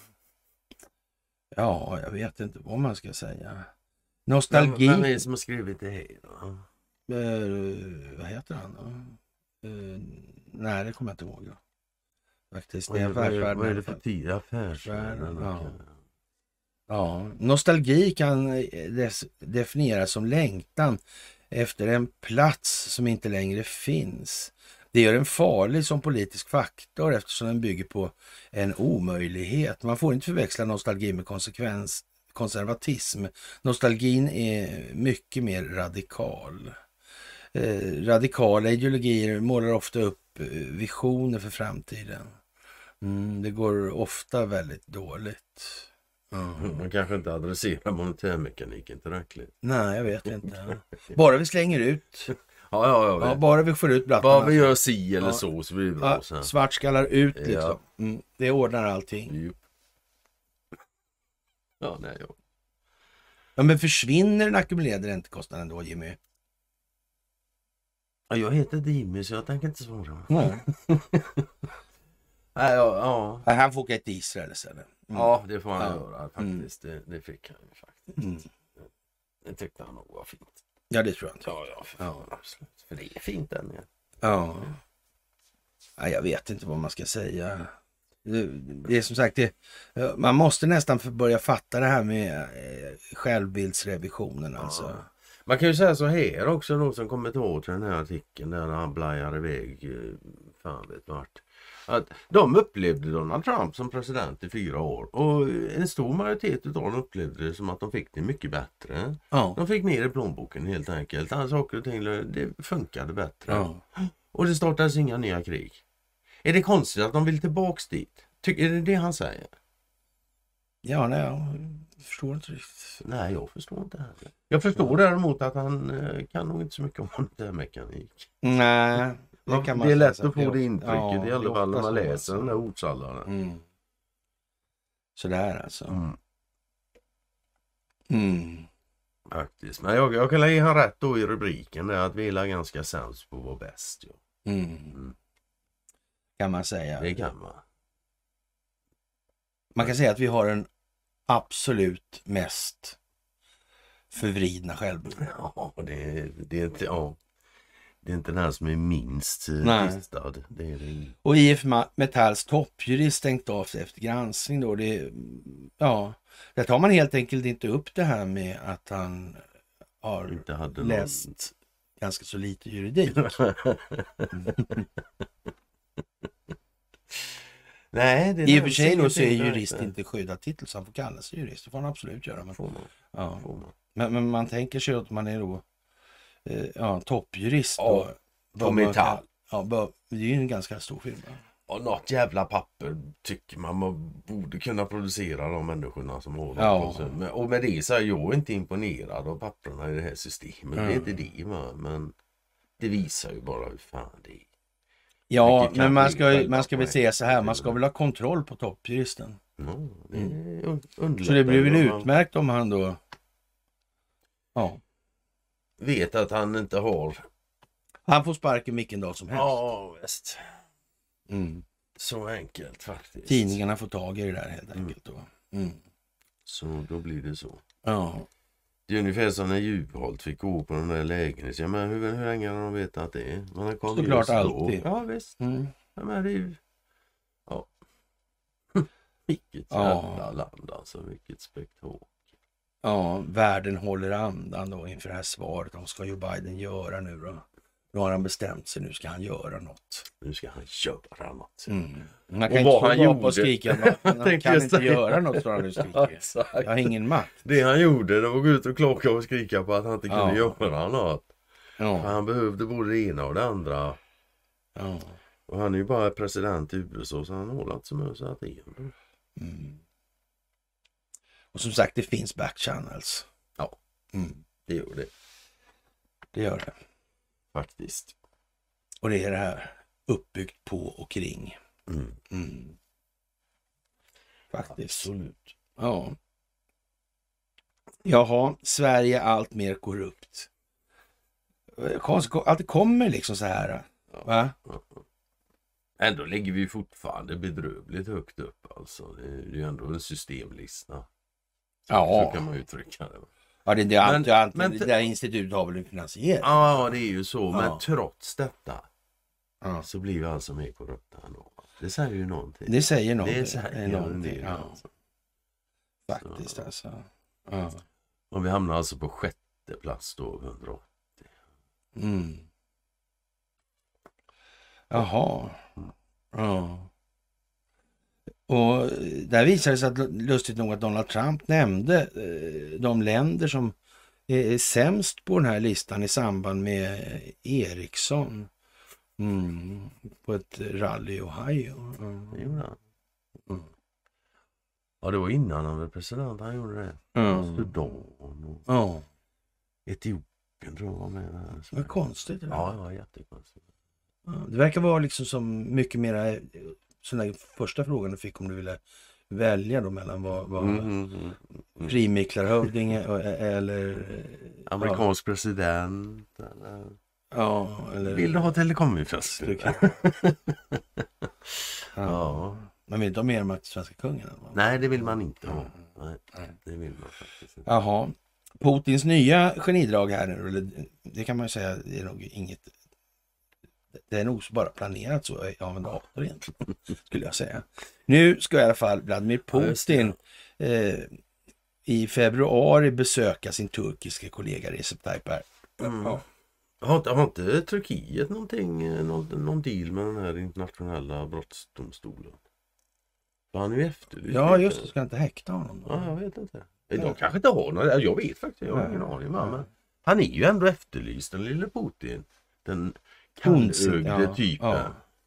Ja, jag vet inte vad man ska säga. Nostalgi. Vem är det som har skrivit det här då? Uh, vad heter han då? Uh, nej, det kommer jag inte ihåg. Då. Faktiskt. Vad är, vad är, vad är det för tid? Affärsvärlden? Ja. Ja. Nostalgi kan des- definieras som längtan efter en plats som inte längre finns. Det gör den farlig som politisk faktor eftersom den bygger på en omöjlighet. Man får inte förväxla nostalgi med konsekvens, konservatism. Nostalgin är mycket mer radikal. Eh, radikala ideologier målar ofta upp eh, visioner för framtiden. Mm, det går ofta väldigt dåligt. Mm. Man kanske inte adresserar monetärmekaniken tillräckligt. Nej, jag vet inte. Bara vi slänger ut. Ja, ja, ja, ja, bara vi får ut blattarna. Bara vi gör si eller ja. så så blir det bra ja, sen. Svartskallar ut liksom. Ja. Mm, det ordnar allting. Jupp. Ja, nej, ja. Ja, men försvinner den ackumulerade räntekostnaden då, Jimmy? Ja, jag heter Jimmy så jag tänker inte svara. Nej. Nej, ja, ja. Han får åka till Israel istället. Mm. Ja, det får han ja. göra faktiskt. Mm. Det, det fick han ju faktiskt. Mm. Det tyckte han nog var fint. Ja, det tror jag inte. Ja, ja, för, ja. Absolut. För det är fint den. Ja. Ja. Ja, jag vet inte vad man ska säga. Det, det är som sagt, det, man måste nästan börja fatta det här med eh, självbildsrevisionen alltså. Ja. Man kan ju säga så här också då som kommer ihåg till den här artikeln där han blajar iväg fan vet vart. Att de upplevde Donald Trump som president i fyra år och en stor majoritet av dem upplevde det som att de fick det mycket bättre. Ja. De fick mer i plånboken helt enkelt. Alla saker och ting, det funkade bättre. Ja. Och det startades inga nya krig. Är det konstigt att de vill tillbaks dit? Tycker, är det det han säger? Ja, nej, jag förstår inte riktigt. Nej, jag förstår inte heller. Jag förstår ja. däremot att han eh, kan nog inte så mycket om monetärmekanik. Nej, det kan man det är lätt säga. att få det intrycket ja, i alla fall när man läser alltså. den där ordsallarna. Mm. Sådär alltså. Mm. Mm. Faktiskt. Men jag, jag kan lägga han rätt då i rubriken där att vi är ganska sämst på att vara bäst. Ja. Mm. Mm. Kan man säga. Det kan man. Man kan säga att vi har en absolut mest förvridna självbild. Ja, det, det, är inte, ja. det är inte den här som är minst testad. Det är det. Och I F Metalls toppjurist stängt av sig efter granskning då. Det, ja, där tar man helt enkelt inte upp det här med att han har inte hade läst någon... ganska så lite juridik. Nej, det I och för sig då så är jurist inte, inte skyddad titel så han får kalla sig jurist. Det får han absolut göra. Men, får man. Ja. Får man. Men, men man tänker sig att man är då eh, ja, toppjurist. Ja, då, på Metall. Ja, bör, det är ju en ganska stor firma. Ja, något jävla papper tycker man man borde kunna producera de människorna som håller ja. på. Men, och med det så är jag inte imponerad av papperna i det här systemet. Mm. Det är inte det, va? Men det visar ju bara hur fan det är. Ja, Vilket men man kanske ska, är ju- man ska väl själva säga så här, poängen. man ska väl ha kontroll på toppjuristen. Ja, det Mm. un- underlättar Så det blir väl ju om man utmärkt om han då... Ja. vet att han inte har... Han får sparken vilken dag som helst. Ja, visst. Mm. Så enkelt faktiskt. Tidningarna får tag i det där helt Mm. enkelt då. Mm. Så då blir det så. Ja. Det är ungefär som när Juholt fick gå på den där lägenheten. Men hur, hur länge har de vetat att det är? Man har kommit Såklart just då. alltid. Ja, visst. Mm. Ja, men det är ju... Ja. Vilket Ja. jävla land alltså. Vilket spektakel. Ja, världen håller andan då inför det här svaret. Vad ska Joe Biden göra nu då? Nu har han bestämt sig, nu ska han göra något. Nu ska han göra något. Mm. Man Och kan inte vad stå han bara gjorde. och skrika. Man, man Tänkte kan jag inte säga. göra något, står han och Ja, skriker. exakt. Jag har ingen makt. Det han gjorde, det var att gå ut och klocka och skrika på att han inte kunde Ja. göra något. För Ja, han behövde både det ena och det andra. ja. Och han är ju bara president i U S A, så han har inte så mycket att säga. Mm. Och som sagt, det finns backchannels. Ja. Mm. Det gör det Det gör det. faktiskt. Och det är det här uppbyggt på och kring. Mm. Mm. Faktiskt. Absolut. Ja. Jaha, Sverige är allt mer korrupt. Konstigt att det kommer liksom så här. Va? Ändå ligger vi fortfarande bedrövligt högt upp alltså. Det är ju ändå en systemlista. Så, Ja. så kan man uttrycka det. Ja, det, det, är Men- allt, det, är allt, men- det där institutet har väl en finansiering. Ja, det är ju så. Men Ja. trots detta Ja. så blir vi alltså mer korrupta ändå. Det säger ju någonting. Det säger någonting. Det säger Det är någonting. ju Ja, alltså. faktiskt Så. alltså. Ja. Och vi hamnar alltså på sjätte plats då, hundra. Mm. Jaha. Ja. Och där visade det sig att lustigt nog att Donald Trump nämnde eh, de länder som är sämst på den här listan i samband med Ericsson. Mm. På ett rally i Ohio. Mm. Det gjorde han. Mm. Ja, det var innan han var president. Han gjorde det. Mm. Sudan och Ja, Etiopien tror jag var med där. vad konstigt. Det, där. Ja, ja, jättekonstigt. Ja, det verkar vara liksom som mycket mera sån där första frågan du fick om du ville välja då mellan vad, vad Mm, mm, mm, mm. primiklarhövding eller Amerikansk president. Eller... ja, eller Vill du ha telekominfrastruktur? ja. Ja. Man vill inte ha mer makt till svenska kungen. Eller? Nej, det vill man inte ha. Mm. Nej, Nej. det vill man faktiskt inte. Jaha. Putins nya genidrag här nu, eller det kan man ju säga, det är nog inget, det är nog bara planerat så av en dator egentligen, skulle jag säga. Nu ska i alla fall Vladimir Putin eh, i februari besöka sin turkiska kollega Recep Tayyip Erdogan. Mm. Ja. Har, inte- har inte Turkiet någonting, eh, någon, någon deal med den här internationella brottsdomstolen? För han är ju efterlyst. Ja, just det, ska jag inte häkta honom då? Ja, jag vet inte. De kanske inte har någon, jag vet faktiskt, jag har ingen Nej. aning. Men men han är ju ändå efterlyst, den lille Putin. Den Konstigt, kallögde ja, typen. ja.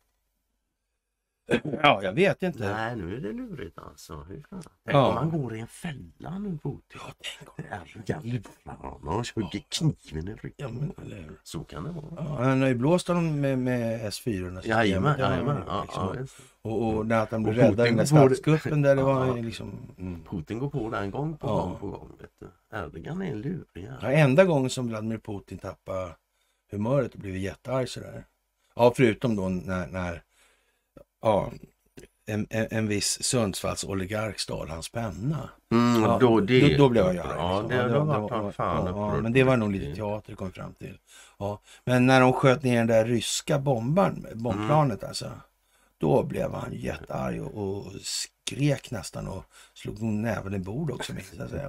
Ja, jag vet inte. Nej, nu är det lurigt alltså. Hur fan? Tänk Ja. om han går i en fälla nu, Putin. Ja, tänk om Erdogan lurar honom och hugger kniven i ryggen. Ja, men, eller hur? Så kan det vara. Ja, han har ju blåst honom med, med S fyra. Jajamän, jajamän. Ja, Liksom. ja, just det. Och, och när att han blev Och räddad i den där Putin går- statskuppen där det var Ja. liksom... Mm. Putin går på den gång på Ja. gång på gång. Vet du. Erdogan är en lurig. Ja, enda gången som Vladimir Putin tappade humöret och blev jättearg sådär. Ja, förutom då när, när ja, en, en, en viss Sundsvalls oligark stal hans penna. Mm, Ja, då, det, då, då blev jag ju arg. Ja, liksom. det, Ja, det, det- var det fan, fan ja, upprörd men på det var nog riktigt. lite teater kom fram till. Ja, men när de sköt ner den där ryska bomban, bombplanet Mm. alltså, då blev han jättearg och, och skrek nästan och slog nog näven i bord också. minns jag säga.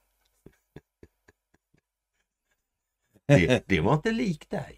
det, det var inte likt dig.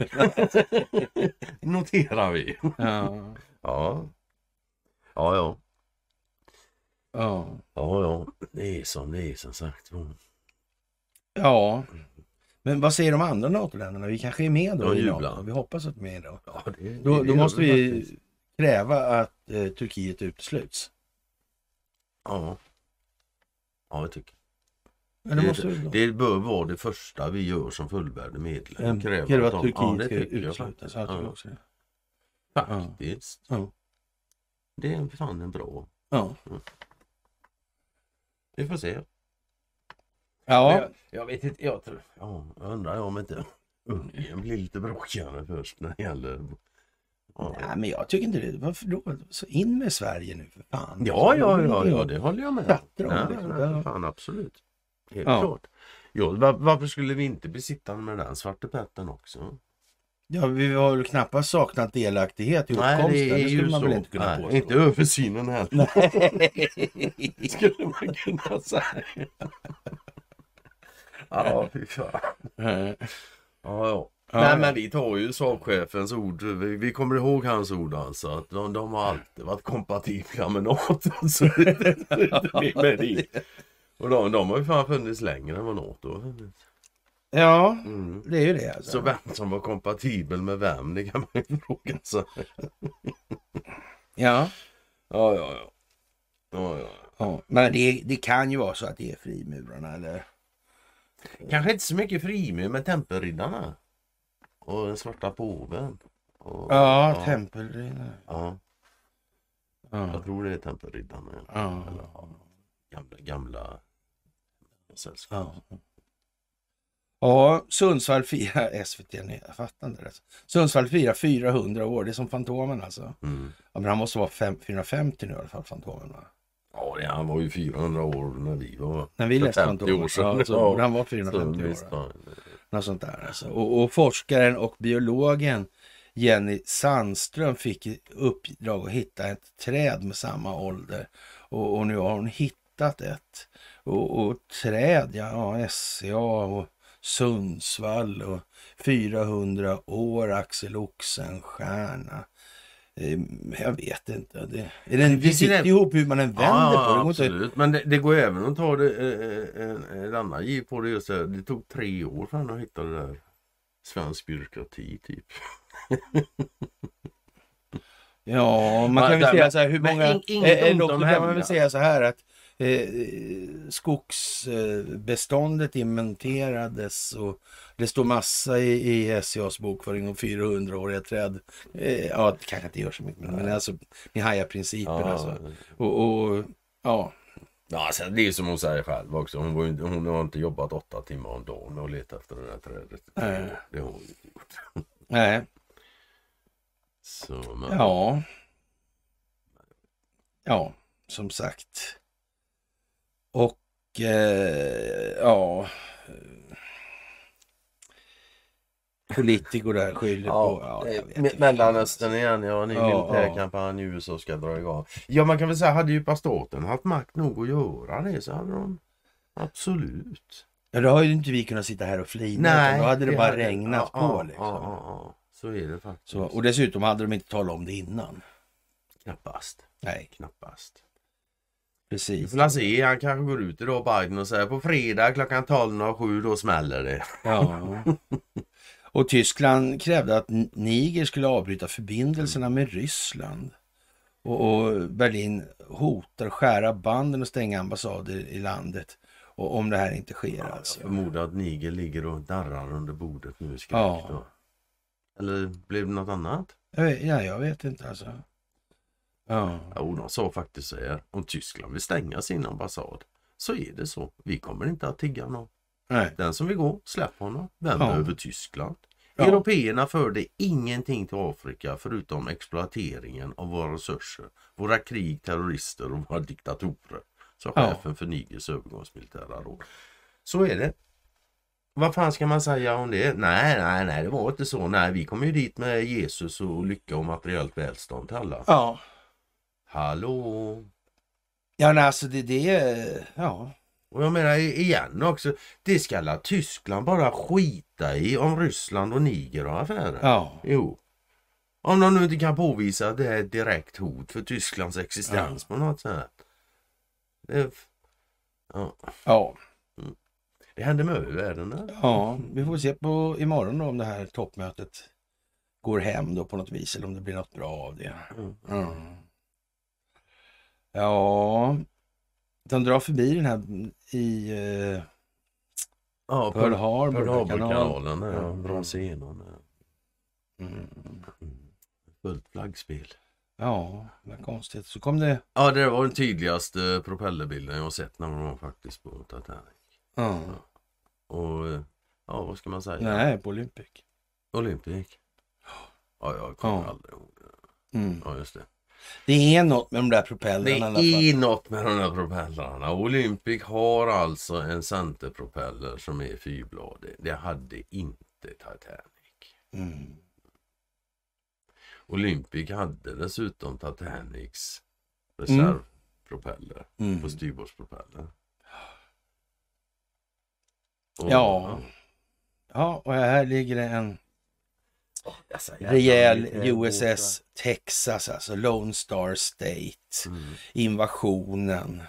Noterar vi. Ja, Ja. Ja, ja. ja. Ja, ja. Det är som det är som sagt. Mm. Ja, men vad säger de andra NATO-länderna? Vi kanske är med då De i jublar. NATO. Vi hoppas att vi är med då. Ja, det, Då, det då gör måste vi faktiskt. kräva att eh, Turkiet utesluts. Ja. Ja, jag tycker. Men det, Det, måste vi då. det bör vara det första vi gör som fullvärdig medlem. Kräva att de- Turkiet ja, det ska tycker jag uteslutas. faktiskt. Ja, jag tycker Ja. också det. Faktiskt. Ja. Det är fan en bra. Ja. Mm. Vi får se. Ja. Jag, jag vet inte, jag tror, ja, jag undrar om inte Ungern blir lite bråkigare först när det gäller. Ja. Nej, men jag tycker inte det. Varför då? Så in med Sverige nu för fan. Ja, ja, ja, ja, det håller jag med. Fattar Nej, de, liksom. nej, för fan, absolut. Helt Ja. klart. Ja, var, varför skulle vi inte bli sittande med den svarte petten också? Ja, vi har väl knappast saknat delaktighet i Nej, uppkomsten. det är Det skulle ju man så. väl inte kunna Nej, påstå. inte översynen heller. Skulle man kunna säga. Ja, fy fan. Nej. Ja, ja. Ja, Nej, ja. men vi tar ju sakchefens ord. Vi, vi kommer ihåg hans ord alltså. Att de, de har alltid varit kompatibla med NATO. Så med det. Och de, de har ju fan funnits längre än vad NATO har funnits. Ja, Mm. det är ju det. Alltså. Så vem som var kompatibel med vem, det kan man ju fråga sig. Ja. Ja, ja, ja. Ja, ja. Ja. Men det, det kan ju vara så att det är frimurarna eller... Kanske inte så mycket frimur med tempelriddarna. Och den svarta påven. Och, Ja, ja. tempelriddarna. Ja, Ja. jag tror det är tempelriddarna. Ja. Eller, ja, gamla, gamla sällskap. Ja. Ja, Sundsvall firar S V T, jag fattar inte det. Sundsvall firar fyrahundra år, det är som Fantomen alltså. Mm. Ja, men han måste vara fem, fyrahundrafemtio nu i alla fall, Fantomen va? Ja, det, han var ju fyrahundra år när vi var. När vi för läste femtio Fantomen. år sedan. Ja, så Ja. borde han var Så fyrahundrafemtio visst, år. ja. Något sånt där alltså. Och, och forskaren och biologen Jenny Sandström fick i uppdrag att hitta ett träd med samma ålder. Och, och nu har hon hittat ett. Och, och träd, ja, ja S C A och Sundsvall och fyrahundra år, Axel Oxenstierna. Eh, Jag vet inte. Det, är den, det sitter ihop hur man än vänder Ja, på det. ja, Går inte- absolut. Men det, det går även att ta det, eh, en, en annan giv på det. Just det. Det tog tre år för han att hitta det där. Svensk byråkrati typ. Ja, man kan Ja, väl där- säga men- så här, hur men många... in- inget eh, ont dock om kan man väl hemliga. säga så här att eh, skogsbeståndet inventerades och det står massa i, i S C A:s bokföring om fyrahundraåriga träd. Eh, ja, det kanske inte gör så mycket, men, men alltså, ni hajar principen Ja, alltså. Och, och ja, ja, alltså, det är som hon säger själv också. Hon, var, ju inte- hon har inte jobbat åtta timmar om dagen med att leta efter det där trädet. Nej. Det har hon inte gjort. nej, Så, men, ja. Ja, som sagt. Och eh, ja... Politiker där skyller på... Ja, jag vet me- inte. Mellanöstern igen, ja, ny Ja, militärkampanj i U S A ska dra igång. Ja, man kan väl säga, hade djupa staten haft makt nog att göra det så hade de absolut. Ja, då har ju inte vi kunnat sitta här och flina. Nej, Då hade det, det bara hade- regnat ja, på ja, liksom. Ja, ja, ja. Så är det faktiskt. Så, och dessutom hade de inte talat om det innan. Knappast. Nej, Knappast. precis. Vi får se, han kanske går ut idag Biden och säger på fredag klockan tolv och sju då smäller det. Ja. Och Tyskland krävde att Niger skulle avbryta förbindelserna med Ryssland. Och, och Berlin hotar skära banden och stänga ambassader i landet. Och om det här inte sker Ja, alltså. jag förmodar att Niger ligger och darrar under bordet nu i skräck Ja. då. Eller blev det något annat? Jag vet, ja, jag vet inte alltså. Ja. Jo, de sa faktiskt så här. Om Tyskland vill stänga sin ambassad så är det så. Vi kommer inte att tigga någon. Nej. Den som vill gå, släpp honom. Vem Ja. behöver Tyskland? Ja. Européerna förde ingenting till Afrika förutom exploateringen av våra resurser. Våra krig, terrorister och våra diktatorer. Så Ja. chefen för Nigers övergångsmilitära råd. Så är det. Vad fan ska man säga om det? Nej, nej, nej, det var inte så. Nej, vi kom ju dit med Jesus och lycka och materiellt välstånd till alla. Ja. Hallå? Ja, nej, alltså det, det är... Ja. Och jag menar igen också, det ska alla Tyskland bara skita i om Ryssland och Niger har affärer. Ja. Jo. Om de nu inte kan påvisa att det är ett direkt hot för Tysklands existens på något sätt. Det, ja. Ja. Det händer med världen där. Ja, vi får se på imorgon då om det här toppmötet går hem då på något vis eller om det blir något bra av det. Mm. Mm. Ja, de drar förbi den här i eh, Ja, Pearl Pearl Harbor. Harbor kanal. kanalen, ja, Mm. bra scener. Mm. Mm. fullt flaggspel. Ja, vad konstigt. Så kom det... Ja, det var den tydligaste propellerbilden jag har sett när man var faktiskt på Titanic. Ja. Ja. Och ja, vad ska man säga? Nej, på Olympic. Olympic. Ja, jag kommer Ja. aldrig ihåg det. Mm. Ja, just det. Det är något med de där Det propellrarna i alla fall. är något med de där propellrarna. Olympic har alltså en centerpropeller som är fyrbladig. Det hade inte Titanic. Mm. Olympic hade dessutom Titanics reservpropeller Mm. på styrbordspropeller. Och, Ja. Ja, och här ligger det en dessa jävla rejäl militärbåtar. U S S Texas, alltså Lone Star State. Mm. Invasionen.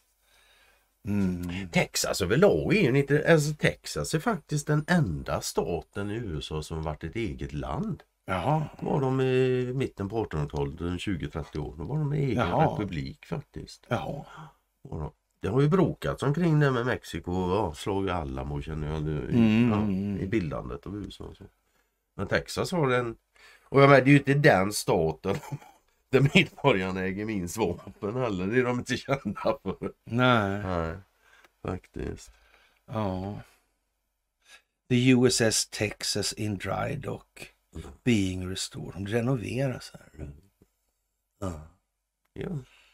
Mm. Texas överlag är ju inte, alltså Texas är faktiskt den enda staten i U S A som varit ett eget land. Jaha. Var de i mitten på artonhundratalet, tjugo trettio år, då var de en egen Jaha. republik faktiskt. Jaha. Var de. Det har ju brokats omkring det med Mexiko och ja, slag Alamo känner jag nu, i, Mm. ja, i bildandet av U S A och så. Men Texas har en, och jag menar, det är ju inte den staten där medborgarna äger minst vapen heller, det är de inte kända för. Nej. Nej, faktiskt. Ja. The U S S Texas in dry dock. Being restored. De renoveras här. Ja. Ja.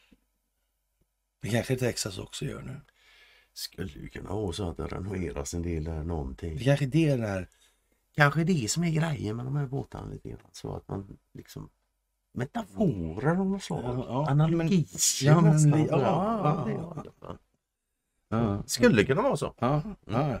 Det kanske Texas också gör nu. Skulle ju kunna vara så att det renoveras en del där någonting. Det kanske det är där. Kanske det som är grejen med de här båtarna lite grann. Så att man liksom metaforer av något slag. Ja, ja, Analogier ja, men- nästan. ja, Ja, ja, det- ja. Ja. Skulle kunna vara så. Ja. Ja.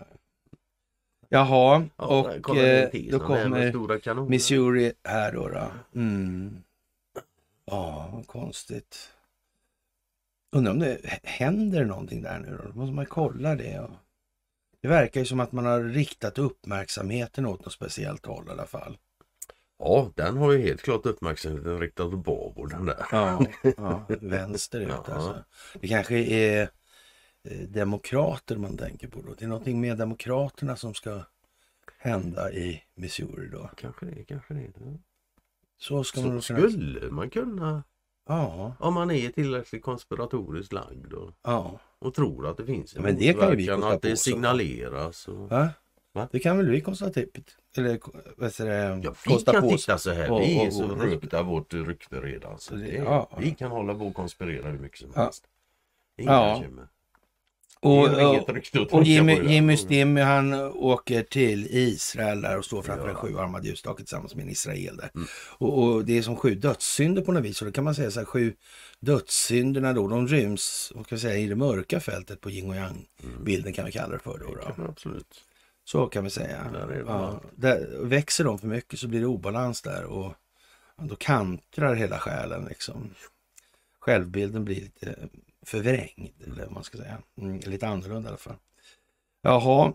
Jaha, Ja, och kolla eh, den tesen då där med kommer stora kanoner. Missouri här då. då. Mm. Ja, vad konstigt. Undrar om det händer någonting där nu då. Då måste man kolla det. Och... Det verkar ju som att man har riktat uppmärksamheten åt något speciellt håll i alla fall. Ja, den har ju helt klart uppmärksamheten riktad på babord den där. Ja, ja vänsterut Ja. alltså. Det kanske är eh, demokrater man tänker på då. Det är någonting med demokraterna som ska hända i Missouri då. Kanske det, kanske det. Så ska man Så nog kunna... skulle man kunna, Ja, om man är tillräckligt konspiratoriskt lagd och, ja. och tror att det finns en Ja, men det kan ju vi motverkan, kosta att det på så. signaleras. Och... Va? Va? Det kan väl vi konstatera. Eller vad säger det? Ja, vi kosta kan på titta så här, och- vi är och- så och- rökta vårt rykte redan. Så Det- det, ja. Vi kan hålla på och konspirera hur mycket som Ja. helst. Inga Ja. bekymmer. Och, Det är inget och, rykte att och tänka Jimmy, på i den Jimmy frågan. Stimmy han åker till Israel där och står framför Ja. en sjuarmad ljusstake tillsammans med en Israel där. Mm. Och, och det är som sju dödssynder på något vis. Och då kan man säga så här, sju dödssynderna då, de ryms och kan säga, i det mörka fältet på yin och yang. Bilden kan vi kalla det för då. då. Ja, absolut. Så kan vi säga. Där är det Ja, bra. där, växer de för mycket så blir det obalans där och ja, då kantrar hela själen liksom. Självbilden blir lite förvrängd, eller vad man ska säga. Mm, lite annorlunda i alla fall. Jaha.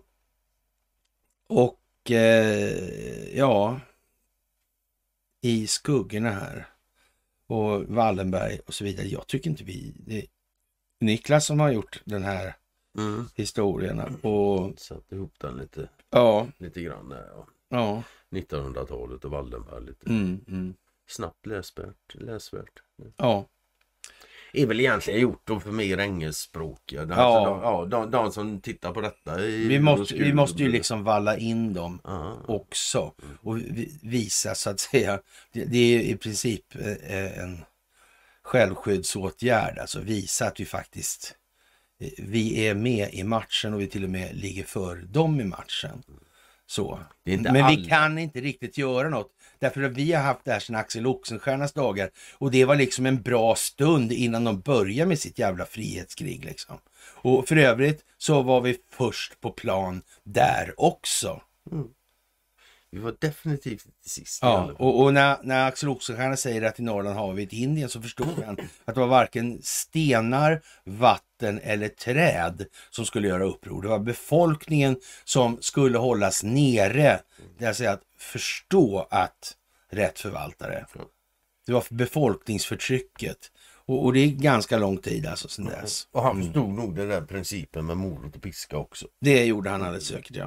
Och eh, ja, i skuggorna här och Wallenberg och så vidare. Jag tycker inte vi... Det är Niklas som har gjort den här Mm. historien och Satt ihop den lite, ja, lite grann där. Ja. ja. nittonhundratalet och Wallenberg lite Mm, mm. snabbt läsvärt. läsvärt. Ja, Är väl egentligen gjort då för mer engelskspråkiga. Ja. Alltså, de, ja, de, de som tittar på detta. I, vi måste, vi måste ju liksom valla in dem Ja. också och vi- visa så att säga. Det, det är i princip eh, en självskyddsåtgärd, alltså visa att vi faktiskt eh, vi är med i matchen och vi till och med ligger för dem i matchen. Så. Det är inte Men all- vi kan inte riktigt göra något. Därför att vi har haft det här sedan Axel Oxenstiernas dagar. Och det var liksom en bra stund innan de började med sitt jävla frihetskrig liksom. Och för övrigt så var vi först på plan där också. Vi var definitivt inte sist. i alla Ja, fall. och, och när, när Axel Oxenstierna säger att i Norrland har vi ett Indien så förstod han att det var varken stenar, vatten eller träd som skulle göra uppror. Det var befolkningen som skulle hållas nere. Det vill säga att förstå att rätt förvaltare. Det var för befolkningsförtrycket. Och, och det är ganska lång tid alltså sedan dess. Och han förstod nog den där principen med morot och piska också. Det gjorde han alldeles säkert, ja.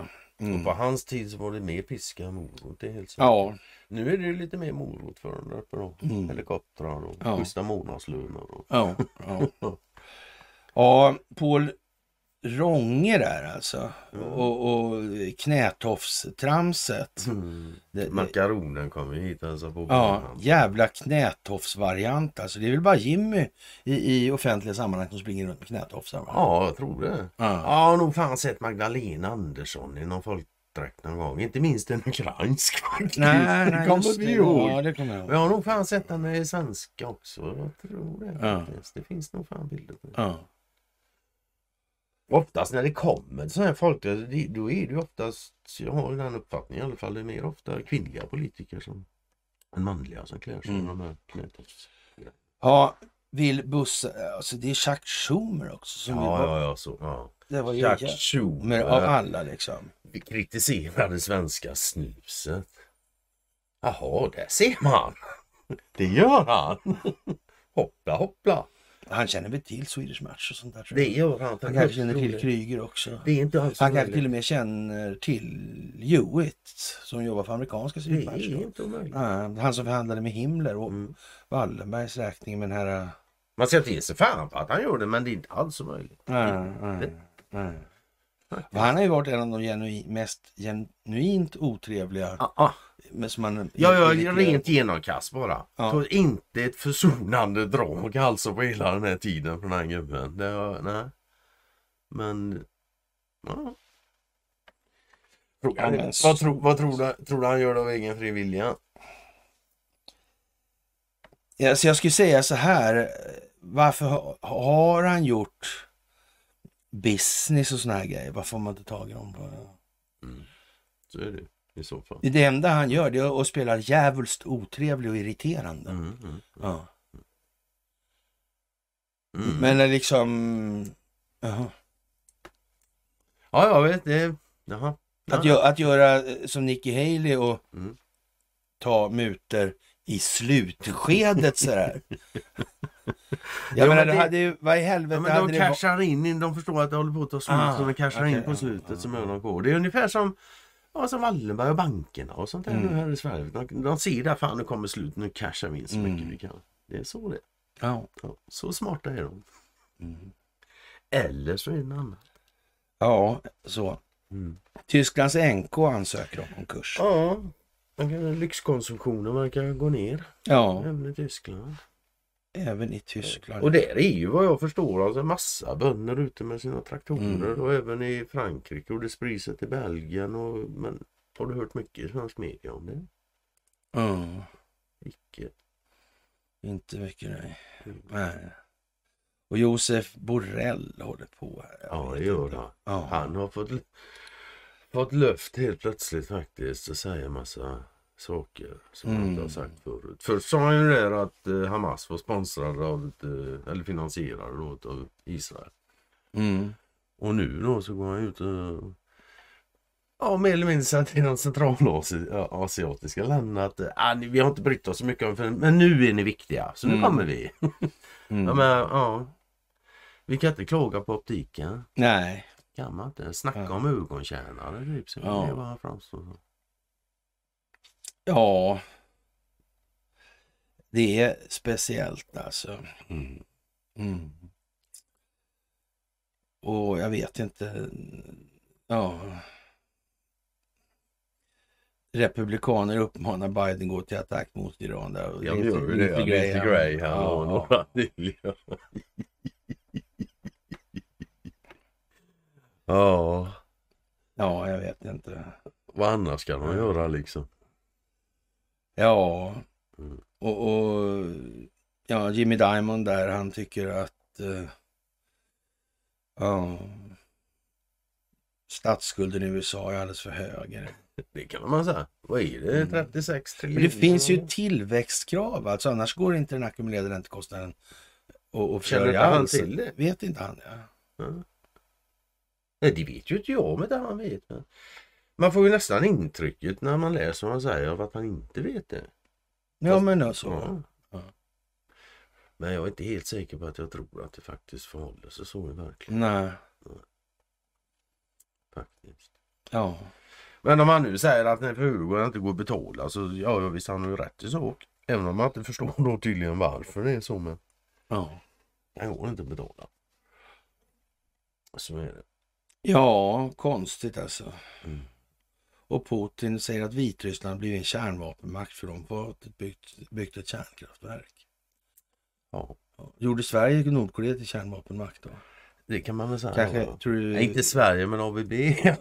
Mm. Och på hans tid så var det mer piska än morot. Det är helt så. Ja. Nu är det ju lite mer morot för den där uppe då. Mm. Helikoptrar och Ja. schyssta månadslöner. Och... Ja, ja. Ja, Paul Ronge där alltså. Mm. Och, och knätofstramset. Mm. Det- det- Makaronen kommer hit och hälsar på. Ja, banan. jävla knätofsvariant. Alltså det är väl bara Jimmy i, i offentliga sammanhang som springer runt med knätofsar. Va? Ja, jag tror det. Ja. Ja, jag har nog fan sett Magdalena Andersson i någon folkdräkt någon gång. Inte minst en ukrainsk faktiskt. Nej, det nej, kommer just vi det. ihåg. Ja, det kommer jag Och ihåg. jag har nog fan sett henne i svenska också. Jag tror det Ja. faktiskt. Det finns nog fan bilder på det. Ja. Oftast när det kommer sådana här folk, då är det ju oftast, jag har den uppfattningen i alla fall, det är mer ofta kvinnliga politiker som än manliga som klär sig Mm. med de här knätofs. Ja, vill bussa. Alltså det är Chuck Schumer också. Som Ja, var, ja, ja, så. Ja. Det var ju Chuck Jack Schumer av alla liksom. Vi kritiserar det svenska snuset. Jaha, där ser man. Det gör han. Hoppla, hoppla. Han känner väl till Swedish Match och sånt där. Tror Det jag. gör han. Han kanske känner till Kryger också. Det är inte alls Han kanske omöjligt. till och med känner till Hewitt som jobbar för amerikanska Det Swedish är Match. då. inte omöjligt. Ja, han som förhandlade med Himmler och Mm. Wallenbergs räkning med den här... Man ska inte ge sig fan på att han gör det, men det är inte alls omöjligt. Nej, nej, nej. Och han har ju varit en av de genuin, mest genuint otrevliga. Ah, ah. Men som man, Ja, ja, irriterar- rent genomkast bara. Ja. Så inte ett försonande drag alltså på hela den här tiden från den här gubben. Det var, nej. Men, ja. Frågan Ja, är, men- vad, tror, vad tror, du, tror du han gör det av egen fri vilja? Ja, så jag skulle säga så här. Varför ha- har han gjort business och såna här grejer? Varför har man inte tagit dem på... Mm. Så är det i så fall. Det enda han gör det är att spela djävulskt otrevlig och irriterande. Mm, mm, Ja. mm. Men det är liksom... Jaha. Ja, jag vet det. Jaha. Att, Ja. gö- att göra eh, som Nikki Haley och Mm. ta muter i slutskedet sådär. Jag Ja, menar, men det det- hade ju, vad i helvete Ja, men hade de det va- cashar in, in, de förstår att det håller på att ta slut, Ah, så de cashar okej, in på ja, slutet ja, som ja. ögonen går. Det är ungefär som, ja, som Wallenberg och bankerna och sånt där Mm. nu här i Sverige. De, de ser där, fan nu kommer slut, nu cashar vi in så Mm. mycket vi kan. Det är så det är. Ja. Ja, så smarta är de. Mm. Eller så är det något annat. Ja, så. Mm. Tysklands N K ansöker om konkurs. Ja, man kan, lyxkonsumtionen verkar gå ner Ja, även i Tyskland. även i Tyskland. Och där är ju vad jag förstår alltså massa bönder ute med sina traktorer Mm. och även i Frankrike och det sprider sig till Belgien. Och, men har du hört mycket i svensk media om det? Ja, Icke. inte mycket nej. Mm. nej. Och Josef Borrell håller på här. Jag Ja, vet det gör inte. han. Ja. Han har fått, fått löft helt plötsligt faktiskt att säga en massa saker som han Mm. inte har sagt förut. Först sa han ju där att eh, Hamas var sponsrade av ett, eh, eller finansierade då, av Israel. Mm. Och nu då så går han ut och ja, mer eller mindre säga till de centralasiatiska länderna att ah, vi har inte brytt oss så mycket om det, men nu är ni viktiga, så nu Mm. kommer vi. Mm. Ja, men, ja. Vi kan inte klaga på optiken. Nej. Kan man inte. Snacka Ja. om ögontjänare typ. Så Ja. det är vad han framstår som. Ja. Det är speciellt alltså. Mm. Mm. Och jag vet inte. Ja. Republikaner uppmanar Biden gå till attack mot Iran. Där. Ja, vi gör ju det. Lindsey Lindsey Graham Ja, och ja. några till. Ja. Ja, Ja, jag vet inte. vad annars ska de göra liksom? Ja. Mm. Och, och ja, Jimmy Diamond där, han tycker att eh, ja, statsskulden i U S A är alldeles för hög. Det kan man säga. Vad är det? Mm. trettiosex Men triljoner? det finns ju tillväxtkrav, alltså annars går inte den ackumulerade räntekostnaden och, och Känner försörja inte han alls. till det? Vet inte han, ja. Ja. Nej, det vet ju inte jag med det han vet. Men man får ju nästan intrycket när man läser vad han säger av att han inte vet det. Ja, Fast- men alltså. Ja. Ja. Men jag är inte helt säker på att jag tror att det faktiskt förhåller sig så i verkligheten. Nej, Faktiskt. ja. Men om han nu säger att nej, för Hugo inte går att betala så ja, visst han har ju rätt i sak. Även om man inte förstår då tydligen varför det är så, men Ja. han går inte att betala. Så är det. Ja, konstigt alltså. Mm. Och Putin säger att Vitryssland blivit en kärnvapenmakt för de har byggt, byggt ett kärnkraftverk. Ja. Ja. Gjorde Sverige Nordkorea till kärnvapenmakt då? Det kan man väl säga. Kanske, ja. tror du... Nej, inte Sverige men A B B. Ja,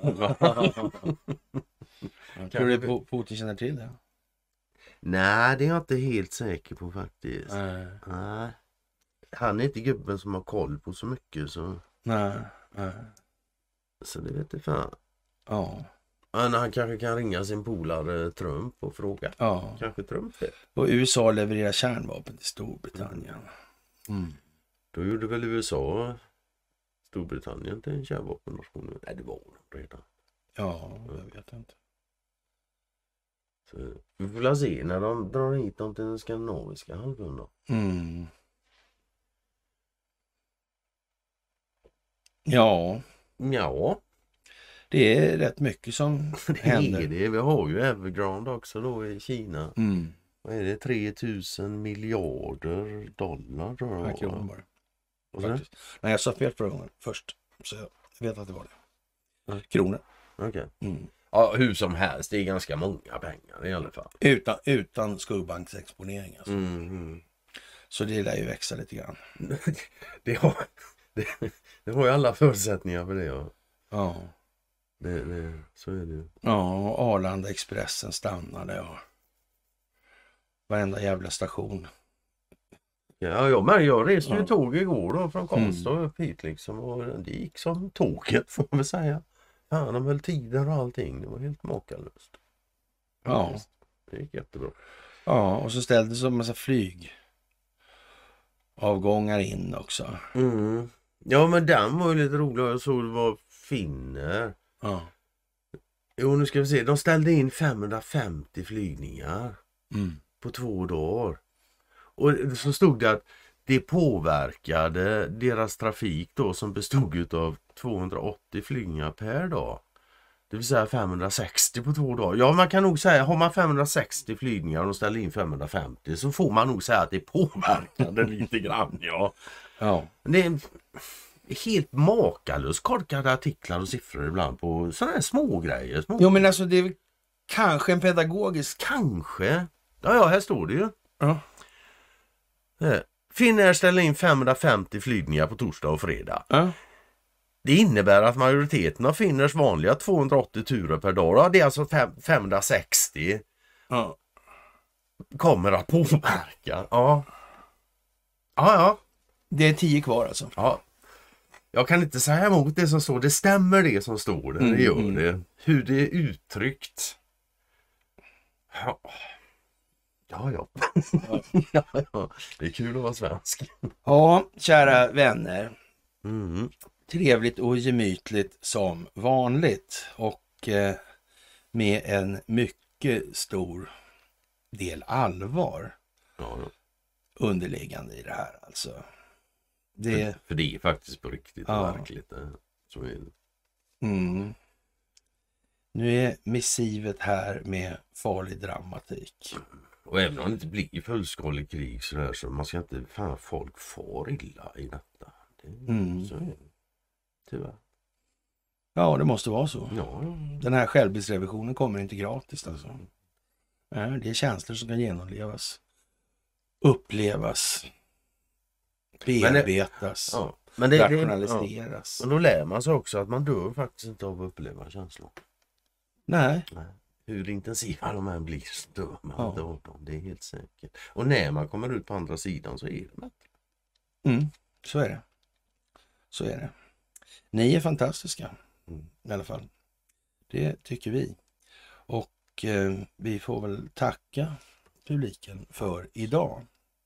tror du Pu- Putin känner till det? Nej, det är jag inte helt säker på faktiskt. Nej. Nej. Han är inte gubben som har koll på så mycket så, Nej. Nej. så det vet jag fan. Ja. Men han kanske kan ringa sin polare Trump och fråga. Ja. Kanske Trump det. Och U S A levererar kärnvapen till Storbritannien. Mm. Då gjorde väl U S A Storbritannien till en kärnvapennation? Nej, det var de redan. Ja, jag vet inte. Så, vi får väl se när de drar hit dem till den skandinaviska halvön då. Mm. Ja, Ja, det är rätt mycket som det händer. är det. Vi har ju Evergrande också då i Kina. Mm. Vad är det? tre tusen miljarder dollar tror jag. Ja, kronor bara. Och så? Faktiskt. Nej, jag sa fel förra gången först. Så jag vet att det var det. Mm. Kronor. Okej. Okay. Mm. Ja, hur som helst. Det är ganska många pengar i alla fall. Utan, utan skuggbanksexponering alltså. Mm, mm. Så det lär ju växa lite grann. det, har, det, det har ju alla förutsättningar för det. Ja. Ja. Det, det, så är det ju. Ja, Arlanda Expressen stannade. Ja. Varenda jävla station. Ja, ja men jag reste ju Ja. tåg igår då från Karlstad Mm. upp hit liksom. Och det gick som tåget får man väl säga. Fan, de höll tider och allting. Det var helt makalöst. Ja. Det gick jättebra. Ja, och så ställdes så en massa flyg. Avgångar in också. Mm. Ja, men den var ju lite rolig. Jag såg det var finner. Ja. Jo, nu ska vi se. De ställde in femhundrafemtio flygningar Mm. på två dagar. Och så stod det att det påverkade deras trafik då som bestod av tvåhundraåttio flygningar per dag. Det vill säga femhundrasextio på två dagar. Ja, man kan nog säga, har man femhundrasextio flygningar och de ställer in femhundrafemtio så får man nog säga att det påverkade lite grann, ja. Ja. Det är helt makalöst korkade artiklar och siffror ibland på sådana här små grejer. Små... Jo, men alltså det är väl kanske en pedagogisk... Kanske. Ja, ja, här står det ju. Ja. Finnair ställer in femhundrafemtio flygningar på torsdag och fredag. Ja. Det innebär att majoriteten av Finners vanliga tvåhundraåttio turer per dag, det är alltså femhundrasextio, Ja. kommer att påverka. Ja. Ja, ja. Det är tio kvar alltså. Ja. Jag kan inte säga emot det som står. Det stämmer det som står. Det, Mm, det gör mm. det. Hur det är uttryckt. Ja. Ja, ja. ja, ja. Det är kul att vara svensk. Ja, kära vänner. Mm. Trevligt och gemytligt som vanligt. Och eh, med en mycket stor del allvar Ja, ja. underliggande i det här alltså. Det... För, för det är faktiskt på riktigt och Ja. verkligt. Det. Så är det. Mm. Nu är missivet här med farlig dramatik. Och även om det inte blir fullskalig krig så, där, så man ska inte, fan folk far illa i detta. Det, Mm. Så är det. Tyvärr. Ja, det måste vara så. Ja, Den här självbildsrevisionen kommer inte gratis alltså. Ja, det är känslor som kan genomlevas, upplevas, bearbetas, ja. Men det, det, ja. rationaliseras. Men då lär man sig också att man dör faktiskt inte av att uppleva känslor. Nej, Nej. Hur intensiva de än blir så dör man Ja. inte av dem. Det är helt säkert. Och när man kommer ut på andra sidan så är det bättre. mm, så är det. Så är det. Ni är fantastiska Mm. i alla fall. Det tycker vi. Och eh, vi får väl tacka publiken för idag.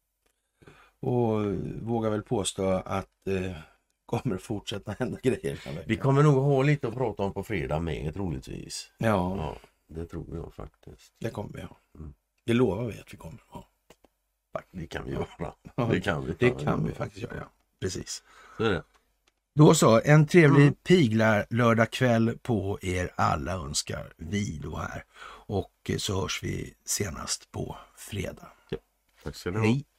Och vågar väl påstå att eh, kommer fortsätta hända grejer den här veckan. Vi kommer nog ha lite att prata om på fredag med troligtvis. Ja, Ja, det tror jag faktiskt. det kommer vi ha. Mm. Det lovar vi att vi kommer ha. Det kan vi göra. Ja, Det kan vi. Det kan vi faktiskt göra, ja. Precis. Så är det. Då så, en trevlig Mm. piglar lördagkväll på er alla önskar vi då här. Och så hörs vi senast på fredag. Ja, tack ska ni ha. Hej!